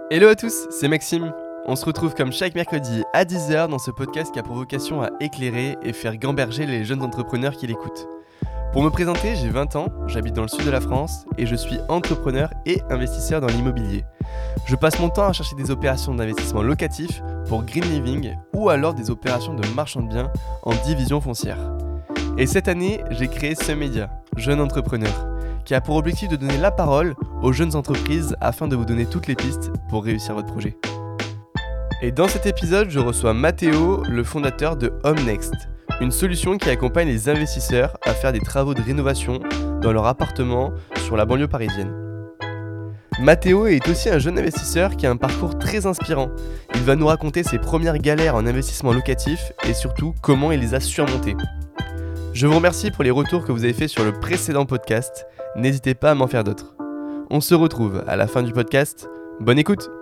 Hello à tous, c'est Maxime. On se retrouve comme chaque mercredi à 10h dans ce podcast qui a pour vocation à éclairer et faire gamberger les jeunes entrepreneurs qui l'écoutent. Pour me présenter, j'ai 20 ans, j'habite dans le sud de la France et je suis entrepreneur et investisseur dans l'immobilier. Je passe mon temps à chercher des opérations d'investissement locatif pour Green Living ou alors des opérations de marchand de biens en division foncière. Et cette année, j'ai créé ce média, Jeune Entrepreneur, qui a pour objectif de donner la parole aux jeunes entreprises afin de vous donner toutes les pistes pour réussir votre projet. Et dans cet épisode, je reçois Matteo, le fondateur de Home Next, une solution qui accompagne les investisseurs à faire des travaux de rénovation dans leur appartement sur la banlieue parisienne. Matteo est aussi un jeune investisseur qui a un parcours très inspirant. Il va nous raconter ses premières galères en investissement locatif et surtout comment il les a surmontées. Je vous remercie pour les retours que vous avez faits sur le précédent podcast. N'hésitez pas à m'en faire d'autres. On se retrouve à la fin du podcast. Bonne écoute!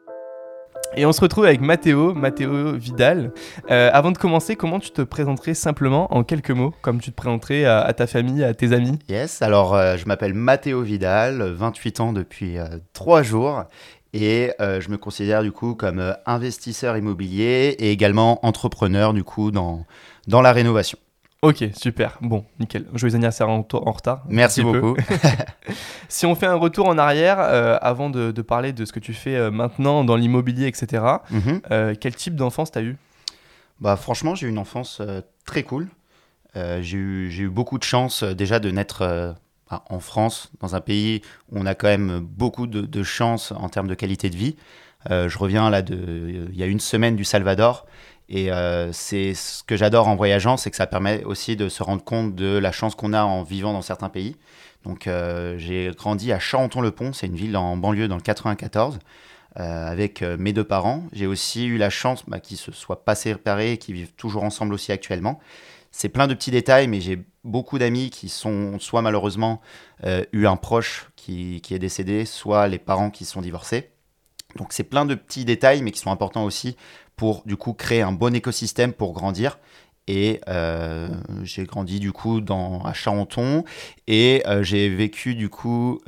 Et on se retrouve avec Matteo Vidal. Avant de commencer, comment tu te présenterais simplement en quelques mots, comme tu te présenterais à ta famille, à tes amis? Yes, alors je m'appelle Matteo Vidal, 28 ans depuis 3 jours et je me considère du coup comme investisseur immobilier et également entrepreneur du coup dans la rénovation. Ok, super. Bon, nickel. Joyeux anniversaire en retard. Merci beaucoup. Si on fait un retour en arrière, avant de parler de ce que tu fais maintenant dans l'immobilier, etc., quel type d'enfance tu as eu? Franchement, j'ai eu une enfance très cool. J'ai eu beaucoup de chance déjà de naître en France, dans un pays où on a quand même beaucoup de chance en termes de qualité de vie. Je reviens là il y a une semaine du Salvador. Et c'est ce que j'adore en voyageant, c'est que ça permet aussi de se rendre compte de la chance qu'on a en vivant dans certains pays. Donc j'ai grandi à Charenton-le-Pont, c'est une ville en banlieue dans le 94, avec mes 2 parents. J'ai aussi eu la chance qu'ils se soient pas séparés et qu'ils vivent toujours ensemble aussi actuellement. C'est plein de petits détails, mais j'ai beaucoup d'amis qui sont soit malheureusement eu un proche qui est décédé, soit les parents qui sont divorcés. Donc c'est plein de petits détails, mais qui sont importants aussi pour du coup créer un bon écosystème pour grandir. Et j'ai grandi du coup à Charenton et j'ai vécu du coup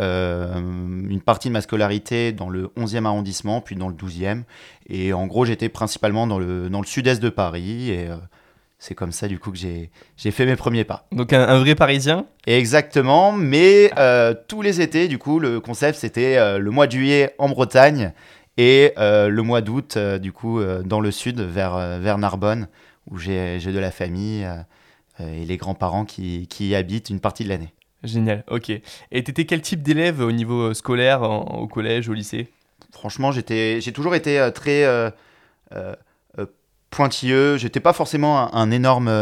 une partie de ma scolarité dans le 11e arrondissement, puis dans le 12e. Et en gros, j'étais principalement dans le sud-est de Paris et c'est comme ça du coup que j'ai fait mes premiers pas. Donc un vrai Parisien? Exactement, mais tous les étés, du coup, le concept c'était le mois de juillet en Bretagne et le mois d'août, du coup, dans le sud, vers Narbonne, où j'ai de la famille et les grands-parents qui y habitent une partie de l'année. Génial, ok. Et t'étais quel type d'élève au niveau scolaire, au collège, au lycée? Franchement, j'ai toujours été très pointilleux. J'étais pas forcément un énorme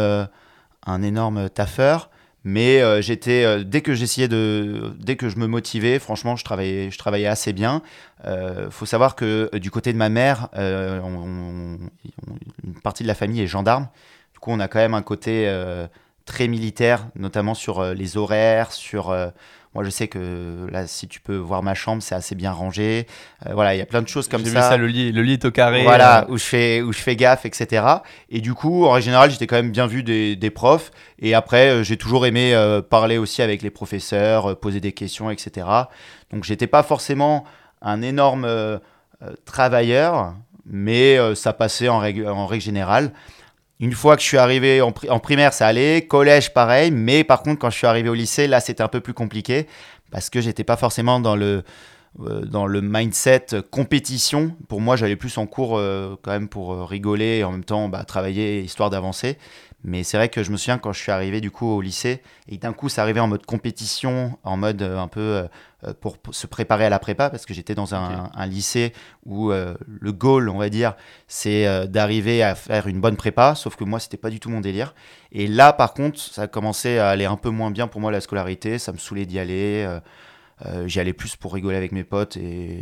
taffeur. Mais dès que je me motivais, franchement, je travaillais assez bien. Faut savoir que du côté de ma mère, une partie de la famille est gendarme. Du coup, on a quand même un côté très militaire, notamment sur les horaires, moi, je sais que là, si tu peux voir ma chambre, c'est assez bien rangé. Voilà, il y a plein de choses comme ça. J'ai vu ça, le lit est au carré. Voilà, où je fais gaffe, etc. Et du coup, en règle générale, j'étais quand même bien vu des profs. Et après, j'ai toujours aimé parler aussi avec les professeurs, poser des questions, etc. Donc, j'étais pas forcément un énorme travailleur, mais ça passait en règle générale. Une fois que je suis arrivé en primaire, ça allait. Collège, pareil. Mais par contre, quand je suis arrivé au lycée, là, c'était un peu plus compliqué parce que j'étais pas forcément dans le mindset compétition. Pour moi, j'allais plus en cours quand même pour rigoler et en même temps travailler histoire d'avancer. Mais c'est vrai que je me souviens quand je suis arrivé du coup au lycée et d'un coup, ça arrivait en mode compétition, en mode un peu pour se préparer à la prépa parce que j'étais dans un lycée où le goal, on va dire, c'est d'arriver à faire une bonne prépa. Sauf que moi, c'était pas du tout mon délire. Et là, par contre, ça a commencé à aller un peu moins bien pour moi la scolarité. Ça me saoulait d'y aller. J'y allais plus pour rigoler avec mes potes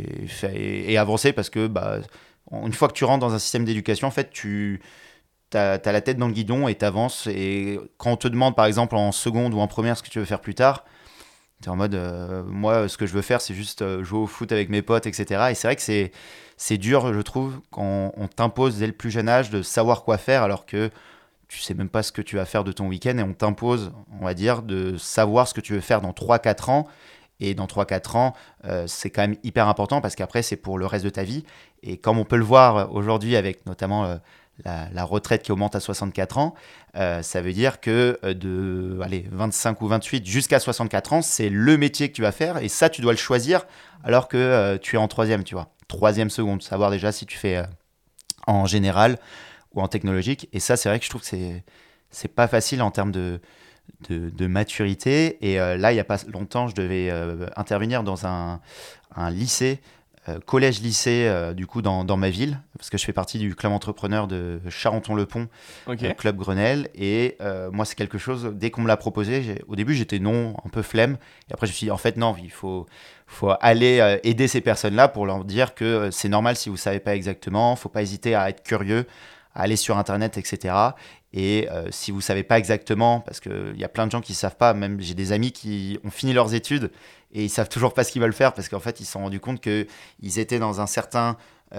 et avancer parce que une fois que tu rentres dans un système d'éducation, en fait, t'as la tête dans le guidon et t'avances. Et quand on te demande, par exemple, en seconde ou en première, ce que tu veux faire plus tard, t'es en mode, moi, ce que je veux faire, c'est juste jouer au foot avec mes potes, etc. Et c'est vrai que c'est dur, je trouve, quand on t'impose dès le plus jeune âge de savoir quoi faire, alors que tu sais même pas ce que tu vas faire de ton week-end et on t'impose, on va dire, de savoir ce que tu veux faire dans 3-4 ans. Et dans 3-4 ans, c'est quand même hyper important parce qu'après, c'est pour le reste de ta vie. Et comme on peut le voir aujourd'hui avec notamment la retraite qui augmente à 64 ans, ça veut dire que de 25 ou 28 jusqu'à 64 ans, c'est le métier que tu vas faire. Et ça, tu dois le choisir alors que tu es en troisième, tu vois. Troisième seconde, savoir déjà si tu fais en général ou en technologique. Et ça, c'est vrai que je trouve que c'est pas facile en termes de maturité. Et là, il n'y a pas longtemps, je devais intervenir dans un lycée, collège-lycée, du coup, dans ma ville, parce que je fais partie du club entrepreneur de Charenton-le-Pont, club Grenelle. Et moi, c'est quelque chose, dès qu'on me l'a proposé, au début, j'étais non, un peu flemme. Et après, je me suis dit, en fait, non, il faut aller aider ces personnes-là pour leur dire que c'est normal si vous ne savez pas exactement. Il ne faut pas hésiter à être curieux, à aller sur Internet, etc. Et si vous ne savez pas exactement, parce qu'il y a plein de gens qui ne savent pas, même j'ai des amis qui ont fini leurs études et ils ne savent toujours pas ce qu'ils veulent faire parce qu'en fait, ils se sont rendus compte qu'ils étaient dans un certain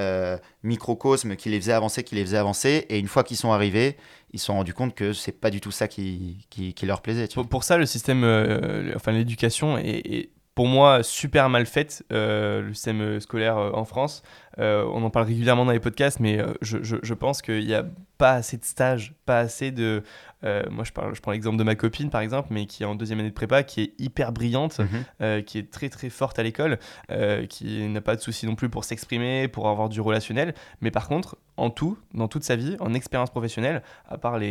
microcosme qui les faisait avancer. Et une fois qu'ils sont arrivés, ils se sont rendus compte que ce n'est pas du tout ça qui leur plaisait. Pour ça, le système, l'éducation est pour moi super mal faite, le système scolaire en France. On en parle régulièrement dans les podcasts, mais je pense qu'il n'y a pas assez de stages, pas assez de... moi, je prends l'exemple de ma copine, par exemple, mais qui est en 2e année de prépa, qui est hyper brillante, qui est très, très forte à l'école, qui n'a pas de soucis non plus pour s'exprimer, pour avoir du relationnel. Mais par contre, en tout, dans toute sa vie, en expérience professionnelle, à part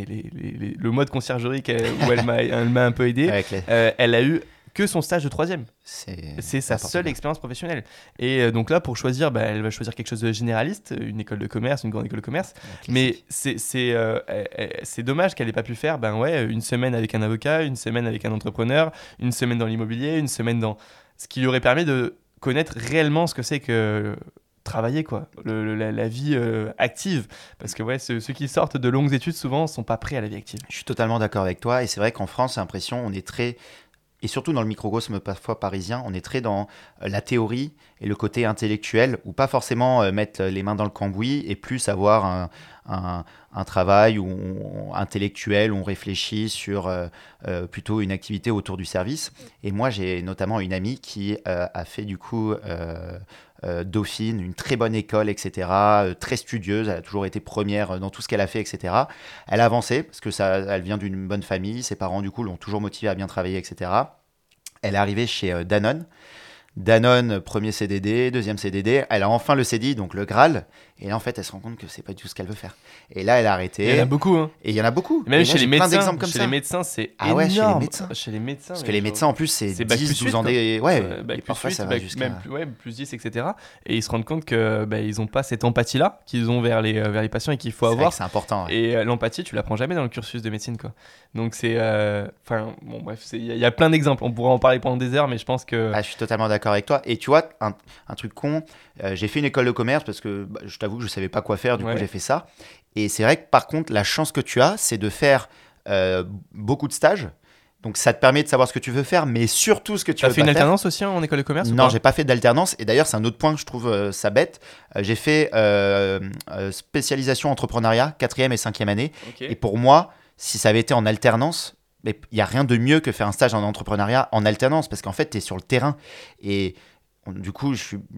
le mode conciergerie où elle m'a un peu aidé, elle a eu que son stage de 3e. C'est sa seule expérience professionnelle. Et donc là, pour choisir, elle va choisir quelque chose de généraliste, une école de commerce, une grande école de commerce. Mais c'est dommage qu'elle n'ait pas pu faire une semaine avec un avocat, une semaine avec un entrepreneur, une semaine dans l'immobilier, une semaine dans... Ce qui lui aurait permis de connaître réellement ce que c'est que travailler, quoi. La vie active. Parce que ceux qui sortent de longues études, souvent, ne sont pas prêts à la vie active. Je suis totalement d'accord avec toi. Et c'est vrai qu'en France, j'ai l'impression on est très... Et surtout dans le microcosme parfois parisien, on est très dans la théorie et le côté intellectuel, ou pas forcément mettre les mains dans le cambouis, et plus avoir un travail intellectuel où on réfléchit sur plutôt une activité autour du service. Et moi, j'ai notamment une amie qui a fait du coup Dauphine, une très bonne école, etc., très studieuse, elle a toujours été première dans tout ce qu'elle a fait, etc. Elle a avancé parce que elle vient d'une bonne famille, ses parents du coup l'ont toujours motivée à bien travailler, etc. Elle est arrivée chez Danone, premier CDD, deuxième CDD, elle a enfin le CDI, donc le Graal, et là en fait elle se rend compte que c'est pas du tout ce qu'elle veut faire. Et là elle a arrêté. Il y en a beaucoup, hein. Et il y en a beaucoup. Et même chez les médecins, plein d'exemples comme ça. Les médecins, c'est énorme. Ouais, chez les médecins. Parce que les médecins en plus c'est 10-12 ans des... bac parfois plus 8, ça va jusqu'à... plus 10, etc. Et ils se rendent compte que ils ont pas cette empathie-là qu'ils ont vers les patients et qu'il faut avoir. C'est important. Ouais. Et l'empathie, tu l'apprends jamais dans le cursus de médecine, quoi. Donc c'est... il y a plein d'exemples. On pourrait en parler pendant des heures, mais je pense que... je suis totalement d'accord avec toi. Et tu vois, un truc con, j'ai fait une école de commerce parce que je t'avoue que je savais pas quoi faire, du coup j'ai fait ça. Et c'est vrai que par contre, la chance que tu as, c'est de faire beaucoup de stages. Donc ça te permet de savoir ce que tu veux faire, mais surtout ce que tu veux pas faire. Tu as fait une alternance aussi en école de commerce? Non, j'ai pas fait d'alternance. Et d'ailleurs, c'est un autre point que je trouve ça bête. J'ai fait spécialisation entrepreneuriat, 4e et 5e année. Okay. Et pour moi, si ça avait été en alternance, il n'y a rien de mieux que faire un stage en entrepreneuriat en alternance, parce qu'en fait, tu es sur le terrain. Et du coup,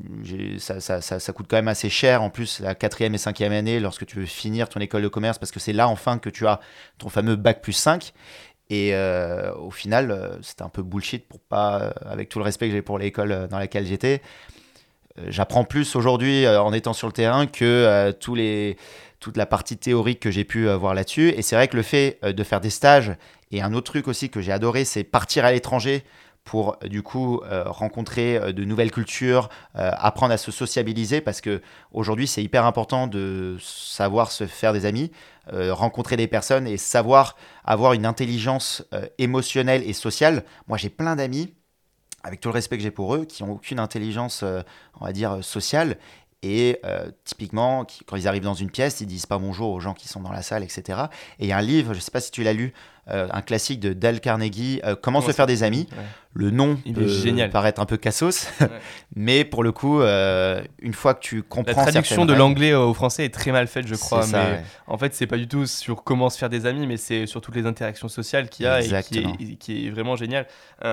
ça coûte quand même assez cher. En plus, la 4e et 5e année, lorsque tu veux finir ton école de commerce, parce que c'est là enfin que tu as ton fameux bac plus 5. Et au final, c'était un peu bullshit pour pas, avec tout le respect que j'ai pour l'école dans laquelle j'étais. J'apprends plus aujourd'hui en étant sur le terrain que toute la partie théorique que j'ai pu voir là-dessus. Et c'est vrai que le fait de faire des stages, et un autre truc aussi que j'ai adoré, c'est partir à l'étranger pour du coup rencontrer de nouvelles cultures, apprendre à se sociabiliser, parce qu'aujourd'hui c'est hyper important de savoir se faire des amis, rencontrer des personnes et savoir avoir une intelligence émotionnelle et sociale. Moi j'ai plein d'amis, avec tout le respect que j'ai pour eux, qui n'ont aucune intelligence, on va dire, sociale. Et typiquement, quand ils arrivent dans une pièce, ils disent pas bonjour aux gens qui sont dans la salle, etc. Et il y a un livre, je ne sais pas si tu l'as lu, un classique de Dale Carnegie, Comment se ça faire des amis. Ouais. Le nom Il peut est génial. paraître un peu cassos, Ouais. mais pour le coup, une fois que tu comprends La traduction certaines de règles, l'anglais au français est très mal faite, je crois. c'est ça, Mais ouais. en fait, c'est pas du tout sur comment se faire des amis, mais c'est sur toutes les interactions sociales qu'il y a Exactement. et qui est vraiment génial.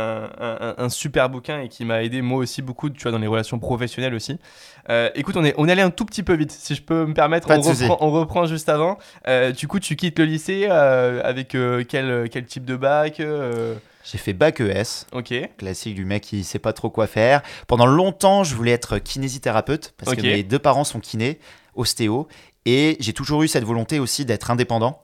Un super bouquin et qui m'a aidé moi aussi beaucoup, tu vois, dans les relations professionnelles aussi. Écoute, on est allé un tout petit peu vite, si je peux me permettre. Pas de souci. On reprend juste avant. Du coup, tu quittes le lycée avec quel type de bac J'ai fait bac ES, Ok. classique du mec qui sait pas trop quoi faire. Pendant longtemps, je voulais être kinésithérapeute parce Ok. que mes deux parents sont kinés, ostéo, et j'ai toujours eu cette volonté aussi d'être indépendant,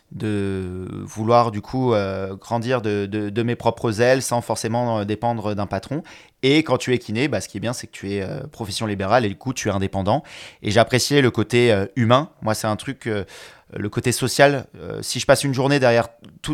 de vouloir du coup grandir de mes propres ailes sans forcément dépendre d'un patron. Et quand tu es kiné, ce qui est bien, c'est que tu es profession libérale et du coup tu es indépendant. Et j'appréciais le côté humain. Moi, c'est un truc, le côté social. Si je passe une journée derrière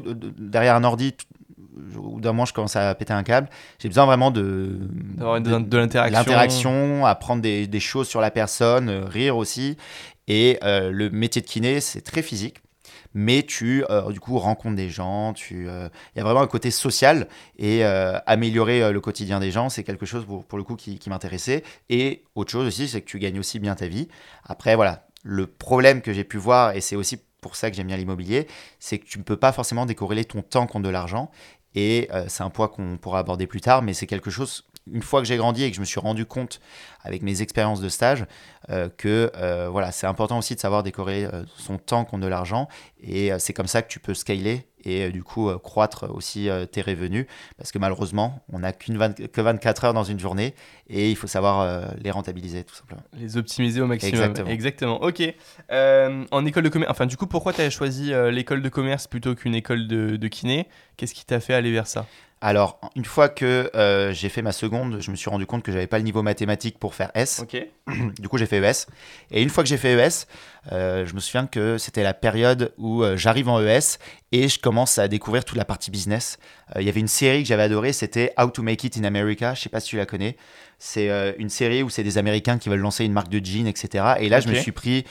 un ordi, au bout d'un moment je commence à péter un câble. J'ai besoin vraiment D'avoir de l'interaction. l'interaction, apprendre des choses sur la personne, rire aussi. Et le métier de kiné, c'est très physique. Mais tu, du coup, rencontres des gens. Il y a vraiment un côté social et améliorer le quotidien des gens, c'est quelque chose pour le coup qui m'intéressait. Et autre chose aussi, c'est que tu gagnes aussi bien ta vie. Après, voilà, le problème que j'ai pu voir, et c'est aussi pour ça que j'aime bien l'immobilier, c'est que tu ne peux pas forcément décorréler ton temps contre de l'argent. Et c'est un point qu'on pourra aborder plus tard, mais c'est quelque chose, une fois que j'ai grandi et que je me suis rendu compte avec mes expériences de stage, que voilà, c'est important aussi de savoir décorréler son temps contre de l'argent. Et c'est comme ça que tu peux scaler et du coup croître aussi tes revenus. Parce que malheureusement, on n'a que 24 heures dans une journée et il faut savoir les rentabiliser tout simplement. Les optimiser au maximum. Exactement. Ok. En école de commerce, enfin, du coup, pourquoi tu as choisi l'école de commerce plutôt qu'une école de kiné? Qu'est-ce qui t'a fait aller vers ça? Alors, une fois que j'ai fait ma seconde, je me suis rendu compte que j'avais pas le niveau mathématique pour faire S. Ok. Du coup, j'ai fait ES. Et une fois que j'ai fait ES, je me souviens que c'était la période où j'arrive en ES et je commence à découvrir toute la partie business. Il y avait une série que j'avais adorée, c'était How to Make It in America. Je sais pas si tu la connais. C'est une série où c'est des Américains qui veulent lancer une marque de jeans, etc. Et là, je me suis pris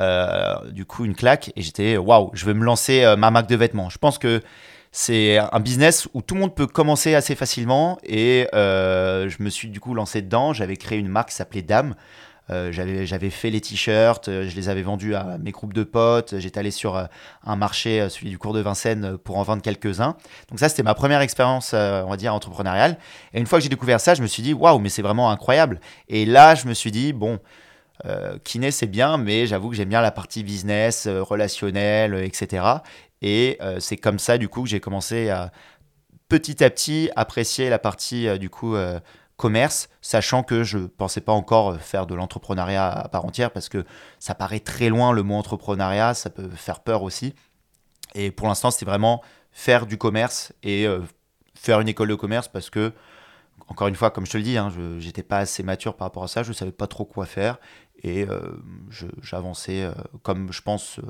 du coup une claque et j'étais waouh, je veux me lancer ma marque de vêtements. Je pense que c'est un business où tout le monde peut commencer assez facilement et je me suis du coup lancé dedans. J'avais créé une marque qui s'appelait Dame. J'avais fait les t-shirts, je les avais vendus à mes groupes de potes. J'étais allé sur un marché, celui du cours de Vincennes, pour en vendre quelques-uns. Donc ça, c'était ma première expérience, on va dire, entrepreneuriale. Et une fois que j'ai découvert ça, je me suis dit, waouh, mais c'est vraiment incroyable. Et là, je me suis dit, bon, kiné, c'est bien, mais j'avoue que j'aime bien la partie business, relationnelle, etc. Et c'est comme ça, du coup, que j'ai commencé à petit apprécier la partie, du coup, commerce, sachant que je ne pensais pas encore faire de l'entrepreneuriat à part entière, parce que ça paraît très loin, le mot entrepreneuriat, ça peut faire peur aussi. Et pour l'instant, c'était vraiment faire du commerce et faire une école de commerce, parce que, encore une fois, comme je te le dis, hein, je n'étais pas assez mature par rapport à ça, je ne savais pas trop quoi faire, et j'avançais comme je pense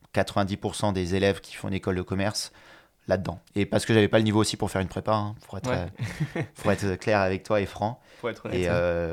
90% des élèves qui font une école de commerce là-dedans. Et parce que j'avais pas le niveau aussi pour faire une prépa, hein, pour être clair avec toi et franc. Pour être honnête. Et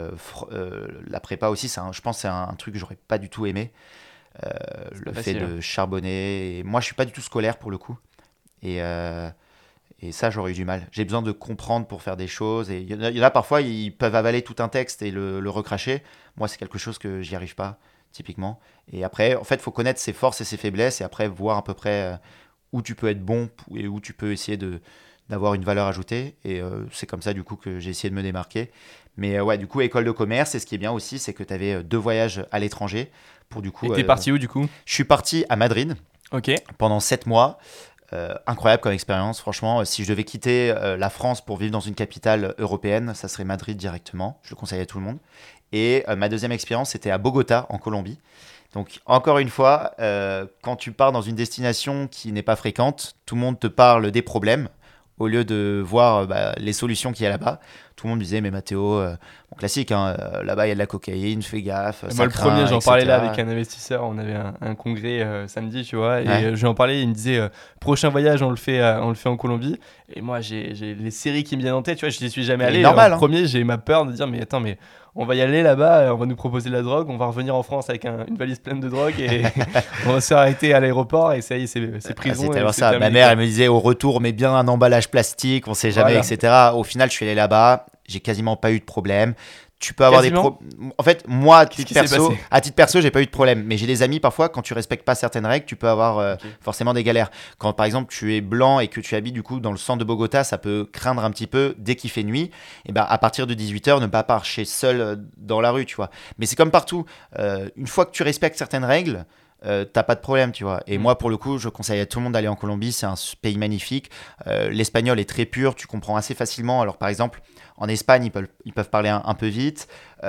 la prépa aussi, je pense que c'est un truc que j'aurais pas du tout aimé. Le fait de charbonner. Et moi, je suis pas du tout scolaire pour le coup. Et ça, j'aurais eu du mal. J'ai besoin de comprendre pour faire des choses. Et il y en a parfois, ils peuvent avaler tout un texte et le recracher. Moi, c'est quelque chose que j'y arrive pas, typiquement. Et après, en fait, il faut connaître ses forces et ses faiblesses et après voir à peu près où tu peux être bon et où tu peux essayer d'avoir une valeur ajoutée. Et c'est comme ça, du coup, que j'ai essayé de me démarquer. Mais ouais, du coup, école de commerce, et ce qui est bien aussi, c'est que tu avais 2 voyages à l'étranger. Pour, du coup, et t'es parti où, du coup? Je suis parti à Madrid pendant 7 mois. Incroyable comme expérience, franchement. Si je devais quitter la France pour vivre dans une capitale européenne, ça serait Madrid directement. Je le conseille à tout le monde. Et ma deuxième expérience, c'était à Bogota, en Colombie. Donc, encore une fois, quand tu pars dans une destination qui n'est pas fréquente, tout le monde te parle des problèmes au lieu de voir les solutions qu'il y a là-bas. tout le monde me disait, mais Mathéo, bon, classique, hein, là-bas il y a de la cocaïne, fais gaffe. Moi, ça le craint, premier, j'en etc. parlais là avec un investisseur. On avait un congrès samedi, tu vois, et Ouais. je lui en parlais. Il me disait prochain voyage, on le fait en Colombie. Et moi, j'ai les séries qui me viennent en tête, tu vois, je n'y suis jamais Et allé. normal, En hein. premier, j'ai ma peur de dire, mais attends, mais on va y aller là-bas, on va nous proposer de la drogue, on va revenir en France avec une valise pleine de drogue et on va se faire arrêter à l'aéroport et ça y est, c'est prison. C'est et tellement c'est ça. terminé, Ma mère, quoi. elle me disait au retour, mets bien un emballage plastique, on sait jamais, Voilà. etc. Au final, je suis allé là-bas, j'ai quasiment pas eu de problème. Tu peux avoir Quasiment. En fait, moi, Qu'est-ce qui s'est passé à titre perso, j'ai pas eu de problème. Mais j'ai des amis, parfois, quand tu respectes pas certaines règles, tu peux avoir Ok. forcément des galères. Quand, par exemple, tu es blanc et que tu habites, du coup, dans le centre de Bogota, ça peut craindre un petit peu dès qu'il fait nuit. Et ben, à partir de 18h, ne pas marcher seul dans la rue, tu vois. Mais c'est comme partout. Une fois que tu respectes certaines règles, t'as pas de problème, tu vois. Et moi, pour le coup, je conseille à tout le monde d'aller en Colombie. C'est un pays magnifique. L'espagnol est très pur. Tu comprends assez facilement. Alors, par exemple, en Espagne, ils peuvent parler un peu vite.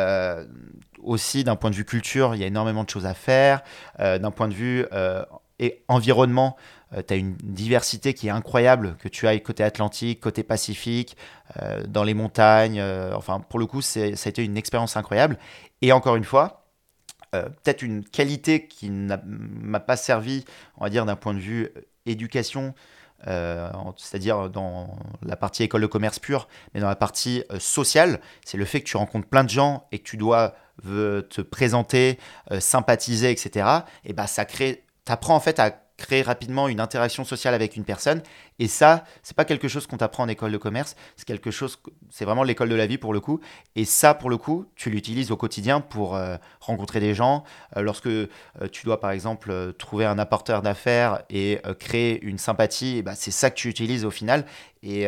Aussi, d'un point de vue culture, il y a énormément de choses à faire. D'un point de vue et environnement, tu as une diversité qui est incroyable, que tu ailles côté Atlantique, côté Pacifique, dans les montagnes. Enfin, pour le coup, ça a été une expérience incroyable. Et encore une fois, peut-être une qualité qui m'a pas servi, on va dire, d'un point de vue éducation, c'est-à-dire dans la partie école de commerce pure, mais dans la partie sociale, c'est le fait que tu rencontres plein de gens et que tu dois te présenter, sympathiser, etc. Et bah, t'apprends en fait à créer rapidement une interaction sociale avec une personne. Et ça, c'est pas quelque chose qu'on t'apprend en école de commerce, c'est vraiment l'école de la vie pour le coup. Et ça, pour le coup, tu l'utilises au quotidien pour rencontrer des gens. Lorsque tu dois, par exemple, trouver un apporteur d'affaires et créer une sympathie, et bah, c'est ça que tu utilises au final. Et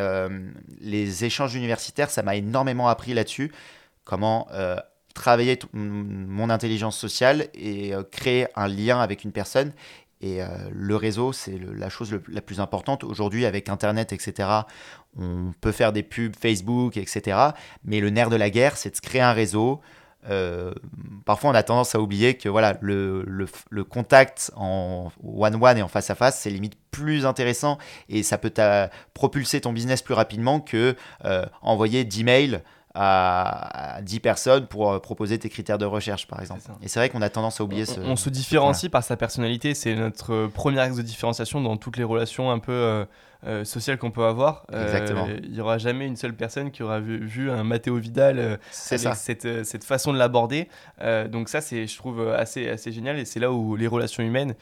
les échanges universitaires, ça m'a énormément appris là-dessus. Comment travailler mon intelligence sociale et créer un lien avec une personne. Et le réseau, c'est la chose la plus importante. Aujourd'hui, avec Internet, etc., on peut faire des pubs Facebook, etc. Mais le nerf de la guerre, c'est de se créer un réseau. Parfois, on a tendance à oublier que voilà, le contact en one-one et en face-à-face, c'est limite plus intéressant et ça peut propulser ton business plus rapidement que envoyer 10 mails à 10 personnes pour proposer tes critères de recherche, par exemple. Et c'est vrai qu'on a tendance à oublier On se différencie par sa personnalité, c'est notre premier axe de différenciation dans toutes les relations un peu sociales qu'on peut avoir. Exactement. Il n'y aura jamais une seule personne qui aura vu un Matteo Vidal C'est avec ça. cette façon de l'aborder. Donc ça, c'est, je trouve, assez génial et c'est là où les relations humaines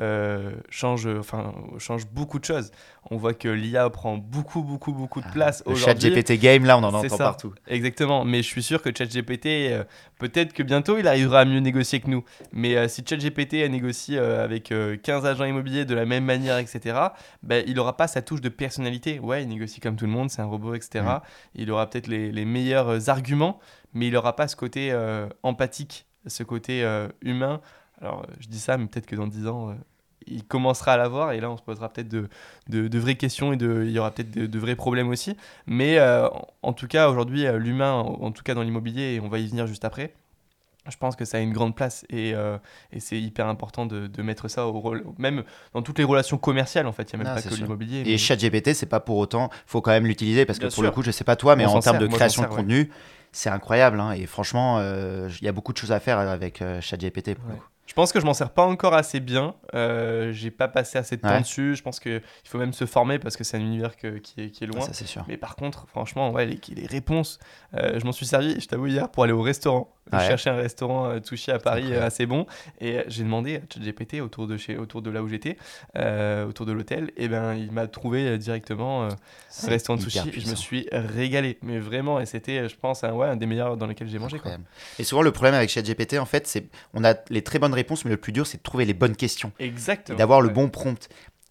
changent beaucoup de choses. On voit que l'IA prend beaucoup de place Le aujourd'hui. chat GPT game, là, on en C'est entend ça. partout. Exactement, mais je suis sûr que ChatGPT, peut-être que bientôt il arrivera à mieux négocier que nous. Mais si ChatGPT négocie avec 15 agents immobiliers de la même manière, etc., ben, il n'aura pas sa touche de personnalité. Ouais, il négocie comme tout le monde, c'est un robot, etc. Il aura peut-être les meilleurs arguments, mais il n'aura pas ce côté empathique, ce côté humain. Alors, je dis ça, mais peut-être que dans 10 ans, il commencera à l'avoir, et là, on se posera peut-être de vraies questions, et il y aura peut-être de vrais problèmes aussi. Mais en tout cas, aujourd'hui, l'humain, en tout cas dans l'immobilier, et on va y venir juste après, je pense que ça a une grande place, et c'est hyper important de mettre ça au rôle, même dans toutes les relations commerciales, en fait. Il n'y a même Non, pas c'est que sûr. l'immobilier. Et mais- ChatGPT, c'est pas pour autant, faut quand même l'utiliser parce que Bien pour le sûr. coup, je sais pas toi, mais On en s'en termes sert, de moi, création j'en de sers, ouais. contenu, c'est incroyable. Hein. Et franchement, il y a beaucoup de choses à faire avec ChatGPT. Pour le Ouais. coup. Je pense que je m'en sers pas encore assez bien. J'ai pas passé assez de temps Ouais. dessus. Je pense qu'il faut même se former parce que c'est un univers qui est loin. Ça, c'est sûr. Mais par contre, franchement, ouais, les réponses, je m'en suis servi, je t'avoue, hier pour aller au restaurant. Je Ouais. cherchais un restaurant sushi à Paris incroyable. assez bon et j'ai demandé à ChatGPT autour de là où j'étais, autour de l'hôtel, et ben il m'a trouvé directement un C'est restaurant de hyper sushi. Je me puissant. suis régalé, mais vraiment, et c'était, je pense, un des meilleurs dans lesquels j'ai mangé, quoi. Incroyable. Et souvent, le problème avec ChatGPT, en fait, c'est on a les très bonnes réponses, mais le plus dur, c'est de trouver les bonnes questions et Exactement. d'avoir le Ouais. bon prompt.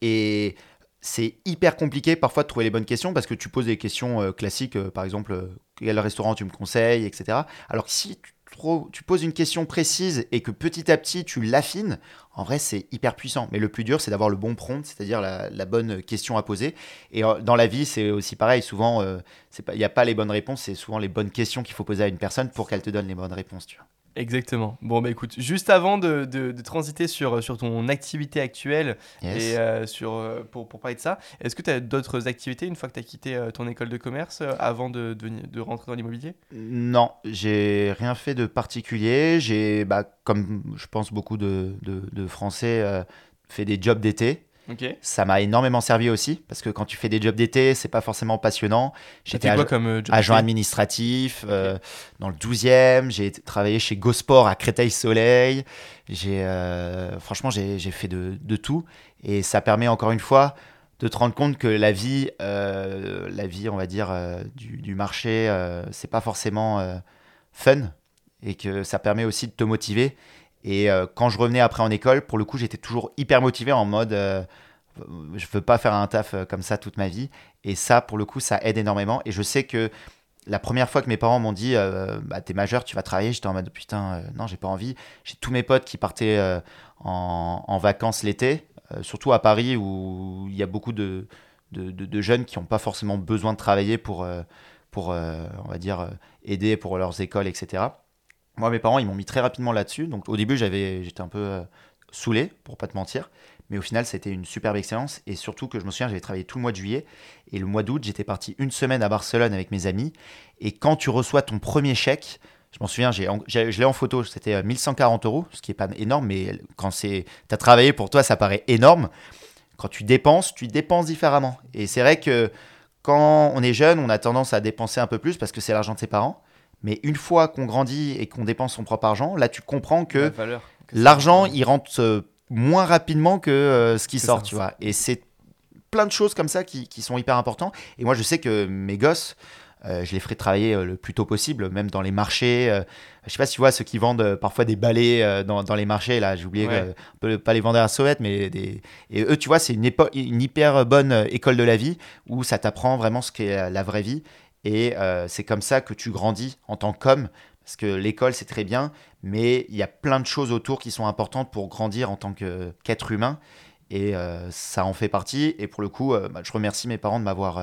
Et c'est hyper compliqué parfois de trouver les bonnes questions parce que tu poses des questions classiques, par exemple, quel restaurant tu me conseilles, etc. Alors que si tu poses une question précise et que petit à petit tu l'affines, en vrai c'est hyper puissant. Mais le plus dur c'est d'avoir le bon prompt, c'est-à-dire la bonne question à poser. Et dans la vie c'est aussi pareil, souvent il n'y a pas les bonnes réponses, c'est souvent les bonnes questions qu'il faut poser à une personne pour qu'elle te donne les bonnes réponses. Tu vois. Exactement. Bon, bah écoute, juste avant de transiter sur ton activité actuelle Yes. et pour parler de ça, est-ce que tu as d'autres activités une fois que tu as quitté ton école de commerce avant de rentrer dans l'immobilier? Non, j'ai rien fait de particulier. J'ai, comme je pense beaucoup de Français, fait des jobs d'été. Ok. Ça m'a énormément servi aussi, parce que quand tu fais des jobs d'été, c'est pas forcément passionnant. T'as J'étais fait quoi comme job agent d'été? administratif Ok. dans le 12e, travaillé chez Gosport à Créteil-Soleil. Franchement, j'ai fait de tout. Et ça permet encore une fois de te rendre compte que la vie on va dire, du marché, c'est pas forcément fun. Et que ça permet aussi de te motiver. Et quand je revenais après en école, pour le coup, j'étais toujours hyper motivé en mode je veux pas faire un taf comme ça toute ma vie. Et ça, pour le coup, ça aide énormément. Et je sais que la première fois que mes parents m'ont dit t'es majeur, tu vas travailler, j'étais en mode putain, non, j'ai pas envie. J'ai tous mes potes qui partaient en vacances l'été, surtout à Paris où il y a beaucoup de jeunes qui n'ont pas forcément besoin de travailler pour on va dire, aider pour leurs écoles, etc. Moi, mes parents, ils m'ont mis très rapidement là-dessus. Donc, au début, j'étais un peu saoulé, pour pas te mentir. Mais au final, c'était une superbe expérience. Et surtout que je me souviens, j'avais travaillé tout le mois de juillet. Et le mois d'août, j'étais parti une semaine à Barcelone avec mes amis. Et quand tu reçois ton premier chèque, je m'en souviens, je l'ai en photo, c'était 1140 euros, ce qui est pas énorme, mais quand tu as travaillé pour toi, ça paraît énorme. Quand tu dépenses différemment. Et c'est vrai que quand on est jeune, on a tendance à dépenser un peu plus parce que c'est l'argent de ses parents. Mais une fois qu'on grandit et qu'on dépense son propre argent, là, tu comprends La que valeur que ça l'argent, il rentre moins rapidement que ce qui que sort, ça. tu vois. Et c'est plein de choses comme ça qui sont hyper importantes. Et moi, je sais que mes gosses, je les ferai travailler le plus tôt possible, même dans les marchés. Je sais pas si tu vois ceux qui vendent parfois des balais dans les marchés. Là, j'ai oublié, Ouais. un peu, pas les vendeurs à sauvettes, et eux, tu vois, c'est une hyper bonne école de la vie où ça t'apprend vraiment ce qu'est la vraie vie. Et c'est comme ça que tu grandis en tant qu'homme. Parce que l'école, c'est très bien, mais il y a plein de choses autour qui sont importantes pour grandir en tant qu'être humain. Et ça en fait partie. Et pour le coup, je remercie mes parents de m'avoir,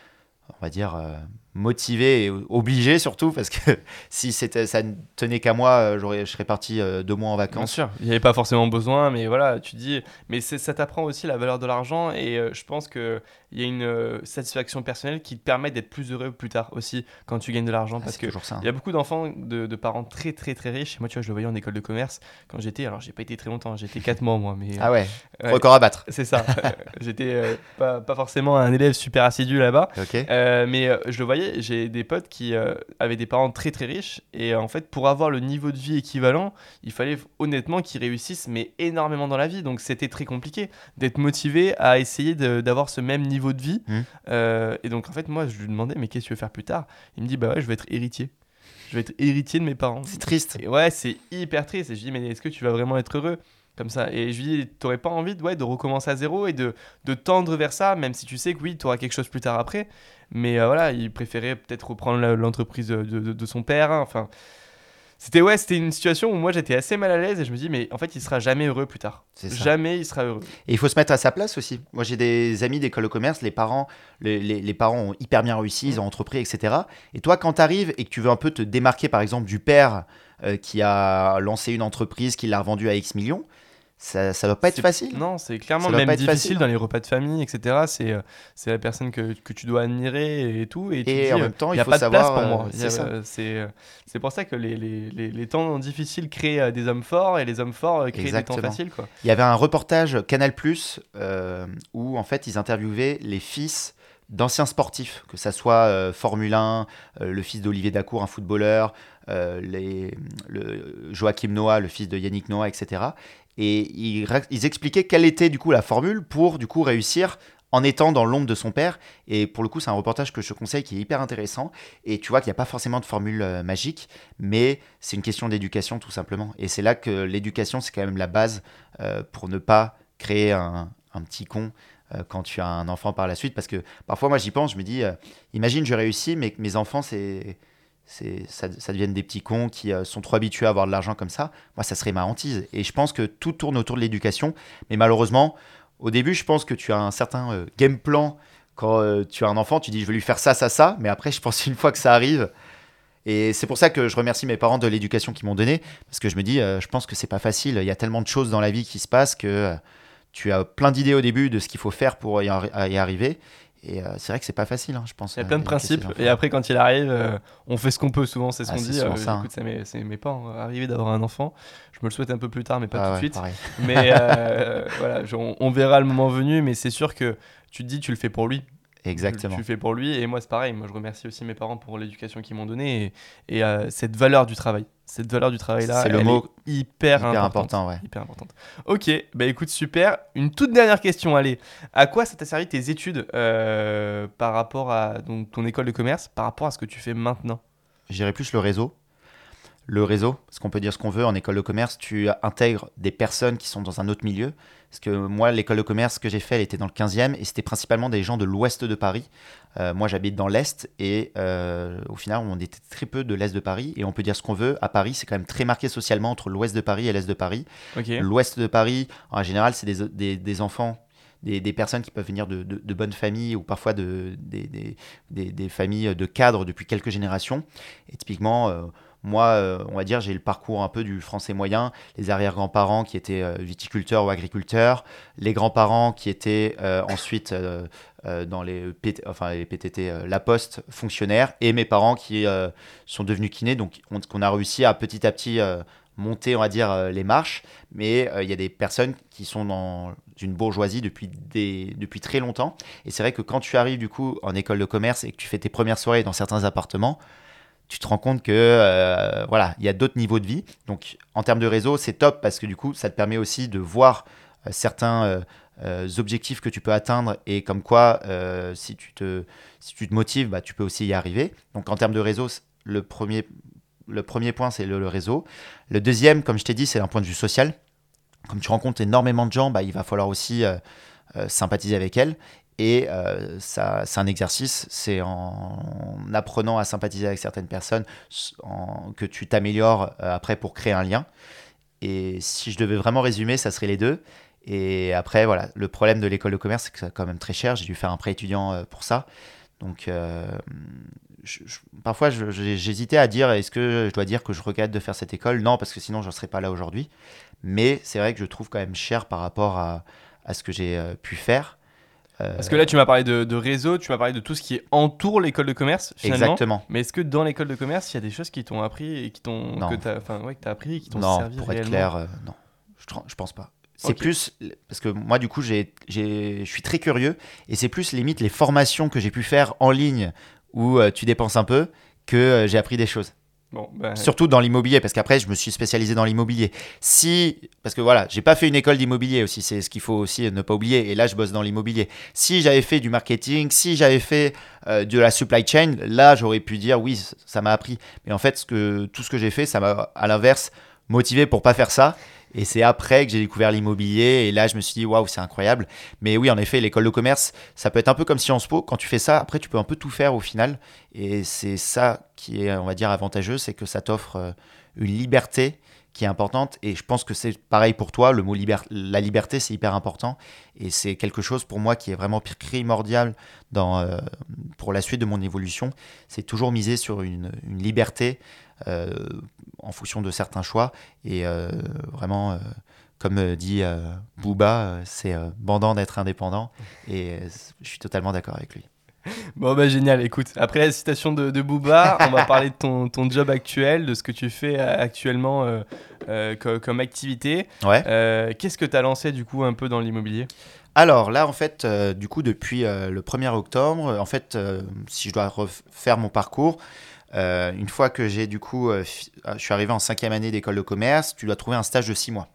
on va dire, motivé et obligé surtout. Parce que si ça ne tenait qu'à moi, je serais parti 2 mois en Bien vacances. sûr, il n'y avait pas forcément besoin, mais voilà, tu dis, mais ça t'apprend aussi la valeur de l'argent et je pense qu'il y a une satisfaction personnelle qui te permet d'être plus heureux plus tard aussi quand tu gagnes de l'argent Ah, parce c'est que toujours ça, il hein. y a beaucoup d'enfants de parents très très très riches. Et moi, tu vois, je le voyais en école de commerce quand j'étais, alors j'ai pas été très longtemps, j'étais 4 mois moi, mais Ah ouais, ouais, record à battre. c'est ça. J'étais pas forcément un élève super assidu là-bas, Ok. mais je le voyais, j'ai des potes qui avaient des parents très très riches et en fait pour avoir le niveau de vie équivalent, il fallait honnêtement qu'ils réussissent mais énormément dans la vie. Donc c'était très compliqué d'être motivé à essayer d'avoir ce même niveau de vie. Hmm. Et donc en fait moi je lui demandais mais qu'est-ce que tu veux faire plus tard? Il me dit bah ouais je vais être héritier. Je vais être héritier de mes parents. C'est triste. Et ouais c'est hyper triste. Et je lui dis mais est-ce que tu vas vraiment être heureux? Comme ça. Et je lui dis, t'aurais pas envie de recommencer à zéro et de tendre vers ça, même si tu sais que oui, tu auras quelque chose plus tard après. Mais voilà, il préférait peut-être reprendre l'entreprise de son père, hein. Enfin, c'était une situation où moi j'étais assez mal à l'aise et je me dis, mais en fait, il sera jamais heureux plus tard. C'est ça. Jamais il sera heureux. Et il faut se mettre à sa place aussi. Moi, j'ai des amis d'école de commerce, les parents ont hyper bien réussi, ils ont entrepris, etc. Et toi, quand tu arrives et que tu veux un peu te démarquer, par exemple, du père qui a lancé une entreprise, qui l'a revendue à X millions, ça doit pas être facile. Non, c'est clairement Ça doit même pas être difficile facile, dans hein. les repas de famille, etc. C'est la personne que tu dois admirer et tout. Et tu te Et dis, en même temps, il il n'y a faut pas de place savoir, pour moi. c'est ça. C'est pour ça que les temps difficiles créent des hommes forts et les hommes forts créent des temps Exactement. faciles, quoi. Il y avait un reportage Canal+, où en fait ils interviewaient les fils d'anciens sportifs, que ça soit Formule 1, le fils d'Olivier Dacour, un footballeur, Joachim Noah, le fils de Yannick Noah, etc. Et ils expliquaient quelle était du coup la formule pour du coup réussir en étant dans l'ombre de son père. Et pour le coup, c'est un reportage que je te conseille qui est hyper intéressant. Et tu vois qu'il n'y a pas forcément de formule magique, mais c'est une question d'éducation tout simplement. Et c'est là que l'éducation, c'est quand même la base pour ne pas créer un petit con quand tu as un enfant par la suite. Parce que parfois, moi, j'y pense, je me dis, imagine, je réussis, mais que mes enfants, ça devienne des petits cons qui sont trop habitués à avoir de l'argent comme ça. Moi, ça serait ma hantise. Et je pense que tout tourne autour de l'éducation. Mais malheureusement, au début, je pense que tu as un certain game plan. Quand tu as un enfant, tu dis, je vais lui faire ça, ça, ça. Mais après, je pense une fois que ça arrive, Et c'est pour ça que je remercie mes parents de l'éducation qu'ils m'ont donnée, parce que je me dis, je pense que c'est pas facile. Il y a tellement de choses dans la vie qui se passent que tu as plein d'idées au début de ce qu'il faut faire pour y arriver. Et c'est vrai que c'est pas facile, hein, je pense. Il y a plein de principes, et après, quand il arrive, on fait ce qu'on peut. Souvent, c'est ce qu'on c'est dit. souvent ça, Écoute, c'est mes parents arriver d'avoir un enfant. Je me le souhaite un peu plus tard, mais pas tout de suite. Pareil. Mais voilà, on verra le moment venu, mais c'est sûr que tu te dis, tu le fais pour lui. Exactement. Tu le fais pour lui, et moi c'est pareil. Moi je remercie aussi mes parents pour l'éducation qu'ils m'ont donnée et cette valeur du travail. Cette valeur du travail là, c'est le mot est hyper important, ouais. Hyper importante. Ok, bah écoute, super. Une toute dernière question, allez. À quoi ça t'a servi tes études par rapport à donc, ton école de commerce, par rapport à ce que tu fais maintenant? Je dirais plus le réseau. Le réseau, parce qu'on peut dire ce qu'on veut, en école de commerce, tu intègres des personnes qui sont dans un autre milieu. Parce que moi, l'école de commerce que j'ai fait, elle était dans le 15e et c'était principalement des gens de l'ouest de Paris. Moi, j'habite dans l'est et au final, on était très peu de l'est de Paris. Et on peut dire ce qu'on veut. À Paris, c'est quand même très marqué socialement entre l'ouest de Paris et l'est de Paris. Okay. L'ouest de Paris, en général, c'est des enfants, des personnes qui peuvent venir de bonnes familles ou parfois des familles de cadres depuis quelques générations. Et typiquement... moi, on va dire, j'ai le parcours un peu du français moyen, les arrière-grands-parents qui étaient viticulteurs ou agriculteurs, les grands-parents qui étaient ensuite dans les PTT, la Poste, fonctionnaires, et mes parents qui sont devenus kinés. Donc, on a réussi à petit monter, on va dire, les marches, mais il y a des personnes qui sont dans une bourgeoisie depuis très longtemps. Et c'est vrai que quand tu arrives du coup en école de commerce et que tu fais tes premières soirées dans certains appartements, tu te rends compte que voilà, il y a d'autres niveaux de vie. Donc, en termes de réseau, c'est top parce que du coup, ça te permet aussi de voir certains objectifs que tu peux atteindre et comme quoi, si tu te motives, bah, tu peux aussi y arriver. Donc, en termes de réseau, le premier point, c'est le réseau. Le deuxième, comme je t'ai dit, c'est un point de vue social. Comme tu rencontres énormément de gens, bah, il va falloir aussi sympathiser avec elles. Et ça, c'est un exercice, c'est en apprenant à sympathiser avec certaines personnes que tu t'améliores après pour créer un lien. Et si je devais vraiment résumer, ça serait les deux. Et après, voilà, le problème de l'école de commerce, c'est que c'est quand même très cher. J'ai dû faire un prêt étudiant pour ça. Donc, parfois, j'hésitais à dire, est-ce que je dois dire que je regrette de faire cette école? Non, parce que sinon, je ne serais pas là aujourd'hui. Mais c'est vrai que je trouve quand même cher par rapport à ce que j'ai pu faire. Parce que là, tu m'as parlé de réseau, tu m'as parlé de tout ce qui entoure l'école de commerce, finalement. Exactement. Mais est-ce que dans l'école de commerce, il y a des choses qui t'ont appris et que t'as appris et qui t'ont servi pour réellement? être clair, non. Je pense pas. C'est plus... Parce que moi, du coup, je suis très curieux et c'est plus limite les formations que j'ai pu faire en ligne où tu dépenses un peu que j'ai appris des choses. Bon, surtout dans l'immobilier, parce qu'après je me suis spécialisé dans l'immobilier. Parce que voilà, j'ai pas fait une école d'immobilier aussi, c'est ce qu'il faut aussi ne pas oublier. Et là, je bosse dans l'immobilier. Si j'avais fait du marketing, si j'avais fait de la supply chain, là, j'aurais pu dire oui, ça m'a appris. Mais en fait, tout ce que j'ai fait, ça m'a à l'inverse motivé pour pas faire ça. Et c'est après que j'ai découvert l'immobilier et là je me suis dit waouh, c'est incroyable. Mais oui, en effet, l'école de commerce, ça peut être un peu comme Sciences Po. Quand tu fais ça, après tu peux un peu tout faire au final. Et c'est ça qui est, on va dire, avantageux, c'est que ça t'offre une liberté qui est importante. Et je pense que c'est pareil pour toi. Le mot la liberté, c'est hyper important. Et c'est quelque chose pour moi qui est vraiment primordial pour la suite de mon évolution. C'est toujours miser sur une liberté en fonction de certains choix. Et vraiment, comme dit Booba, c'est bandant d'être indépendant. Et je suis totalement d'accord avec lui. Bon bah génial, écoute, après la citation de Booba, on va parler de ton job actuel, de ce que tu fais actuellement comme activité. Ouais. Qu'est-ce que tu as lancé du coup un peu dans l'immobilier? Alors là, en fait, du coup, depuis le 1er octobre, en fait, si je dois refaire mon parcours, une fois que j'ai du coup, je suis arrivé en 5e année d'école de commerce, tu dois trouver un stage de 6 mois.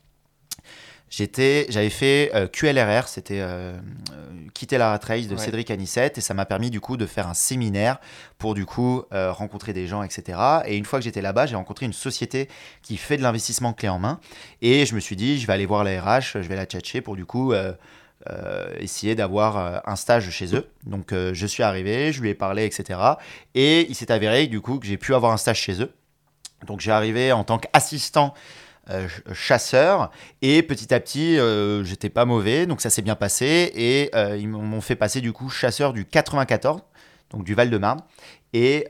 J'avais fait QLRR, c'était Quitter la rat race de Cédric Anissette, et ça m'a permis du coup de faire un séminaire pour du coup rencontrer des gens, etc. Et une fois que j'étais là-bas, j'ai rencontré une société qui fait de l'investissement clé en main, et je me suis dit, je vais aller voir la RH, je vais la tchatcher pour du coup essayer d'avoir un stage chez eux. Donc je suis arrivé, je lui ai parlé, etc. Et il s'est avéré du coup que j'ai pu avoir un stage chez eux. Donc j'ai arrivé en tant qu'assistant chasseur, et petit à petit j'étais pas mauvais, donc ça s'est bien passé, et ils m'ont fait passer du coup chasseur du 94. donc du Val-de-Marne. Et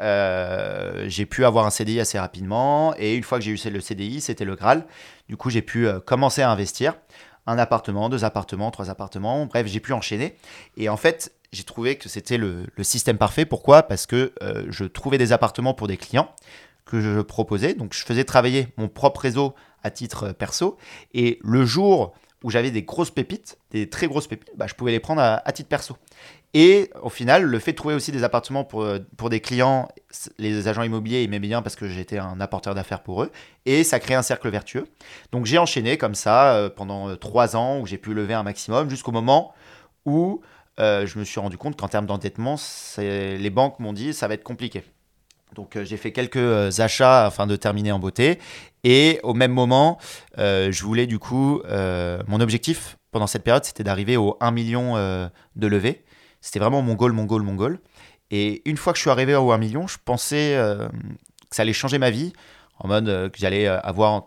j'ai pu avoir un CDI assez rapidement. Et une fois que j'ai eu le CDI, c'était le Graal. Du coup, j'ai pu commencer à investir. Un appartement, 2 appartements, 3 appartements. Bref, j'ai pu enchaîner. Et en fait, j'ai trouvé que c'était le système parfait. Pourquoi ? Parce que je trouvais des appartements pour des clients que je proposais. Donc, je faisais travailler mon propre réseau à titre perso. Et le jour où j'avais des grosses pépites, des très grosses pépites, bah, je pouvais les prendre à titre perso. Et au final, le fait de trouver aussi des appartements pour des clients, les agents immobiliers aimaient bien parce que j'étais un apporteur d'affaires pour eux. Et ça crée un cercle vertueux. Donc j'ai enchaîné comme ça pendant 3 ans où j'ai pu lever un maximum jusqu'au moment où je me suis rendu compte qu'en termes d'endettement, les banques m'ont dit ça va être compliqué. Donc j'ai fait quelques achats afin de terminer en beauté. Et au même moment, je voulais du coup, mon objectif pendant cette période, c'était d'arriver au 1 million de levée. C'était vraiment mon goal. Et une fois que je suis arrivé au 1 million, je pensais que ça allait changer ma vie, en mode que j'allais avoir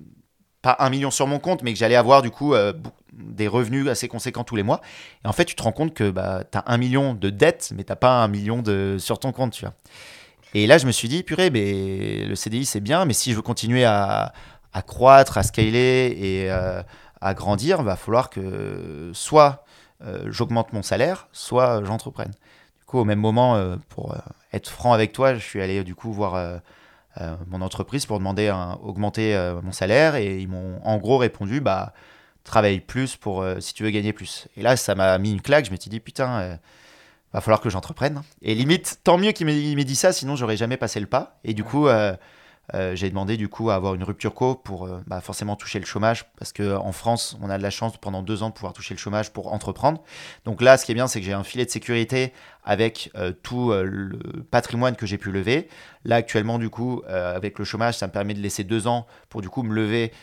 pas 1 million sur mon compte, mais que j'allais avoir du coup des revenus assez conséquents tous les mois. Et en fait, tu te rends compte que bah, tu as 1 million de dettes, mais tu n'as pas 1 million sur ton compte, tu vois. Et là, je me suis dit, purée, mais le CDI, c'est bien, mais si je veux continuer à croître, à scaler et à grandir, il va falloir que soit j'augmente mon salaire, soit j'entreprenne. Du coup, au même moment, pour être franc avec toi, je suis allé du coup voir mon entreprise pour demander à augmenter mon salaire et ils m'ont en gros répondu, bah, travaille plus pour si tu veux gagner plus. Et là, ça m'a mis une claque, je me suis dit, putain... va falloir que j'entreprenne. Et limite, tant mieux qu'il m'ait dit ça, sinon j'aurais jamais passé le pas. Et du coup, j'ai demandé du coup à avoir une rupture co pour forcément toucher le chômage, parce qu'en France, on a de la chance pendant 2 ans de pouvoir toucher le chômage pour entreprendre. Donc là, ce qui est bien, c'est que j'ai un filet de sécurité avec tout le patrimoine que j'ai pu lever. Là, actuellement, du coup, avec le chômage, ça me permet de laisser 2 ans pour du coup me lever,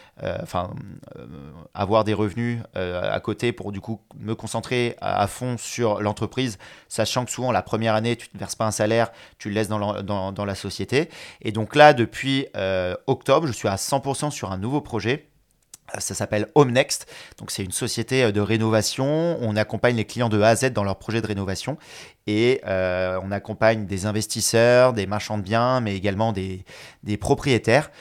avoir des revenus à côté pour du coup me concentrer à fond sur l'entreprise, sachant que souvent la première année, tu ne verses pas un salaire, tu le laisses dans la société. Et donc là, depuis octobre, je suis à 100% sur un nouveau projet. Ça s'appelle Home Next. Donc, c'est une société de rénovation. On accompagne les clients de A à Z dans leur projet de rénovation. Et on accompagne des investisseurs, des marchands de biens, mais également des propriétaires.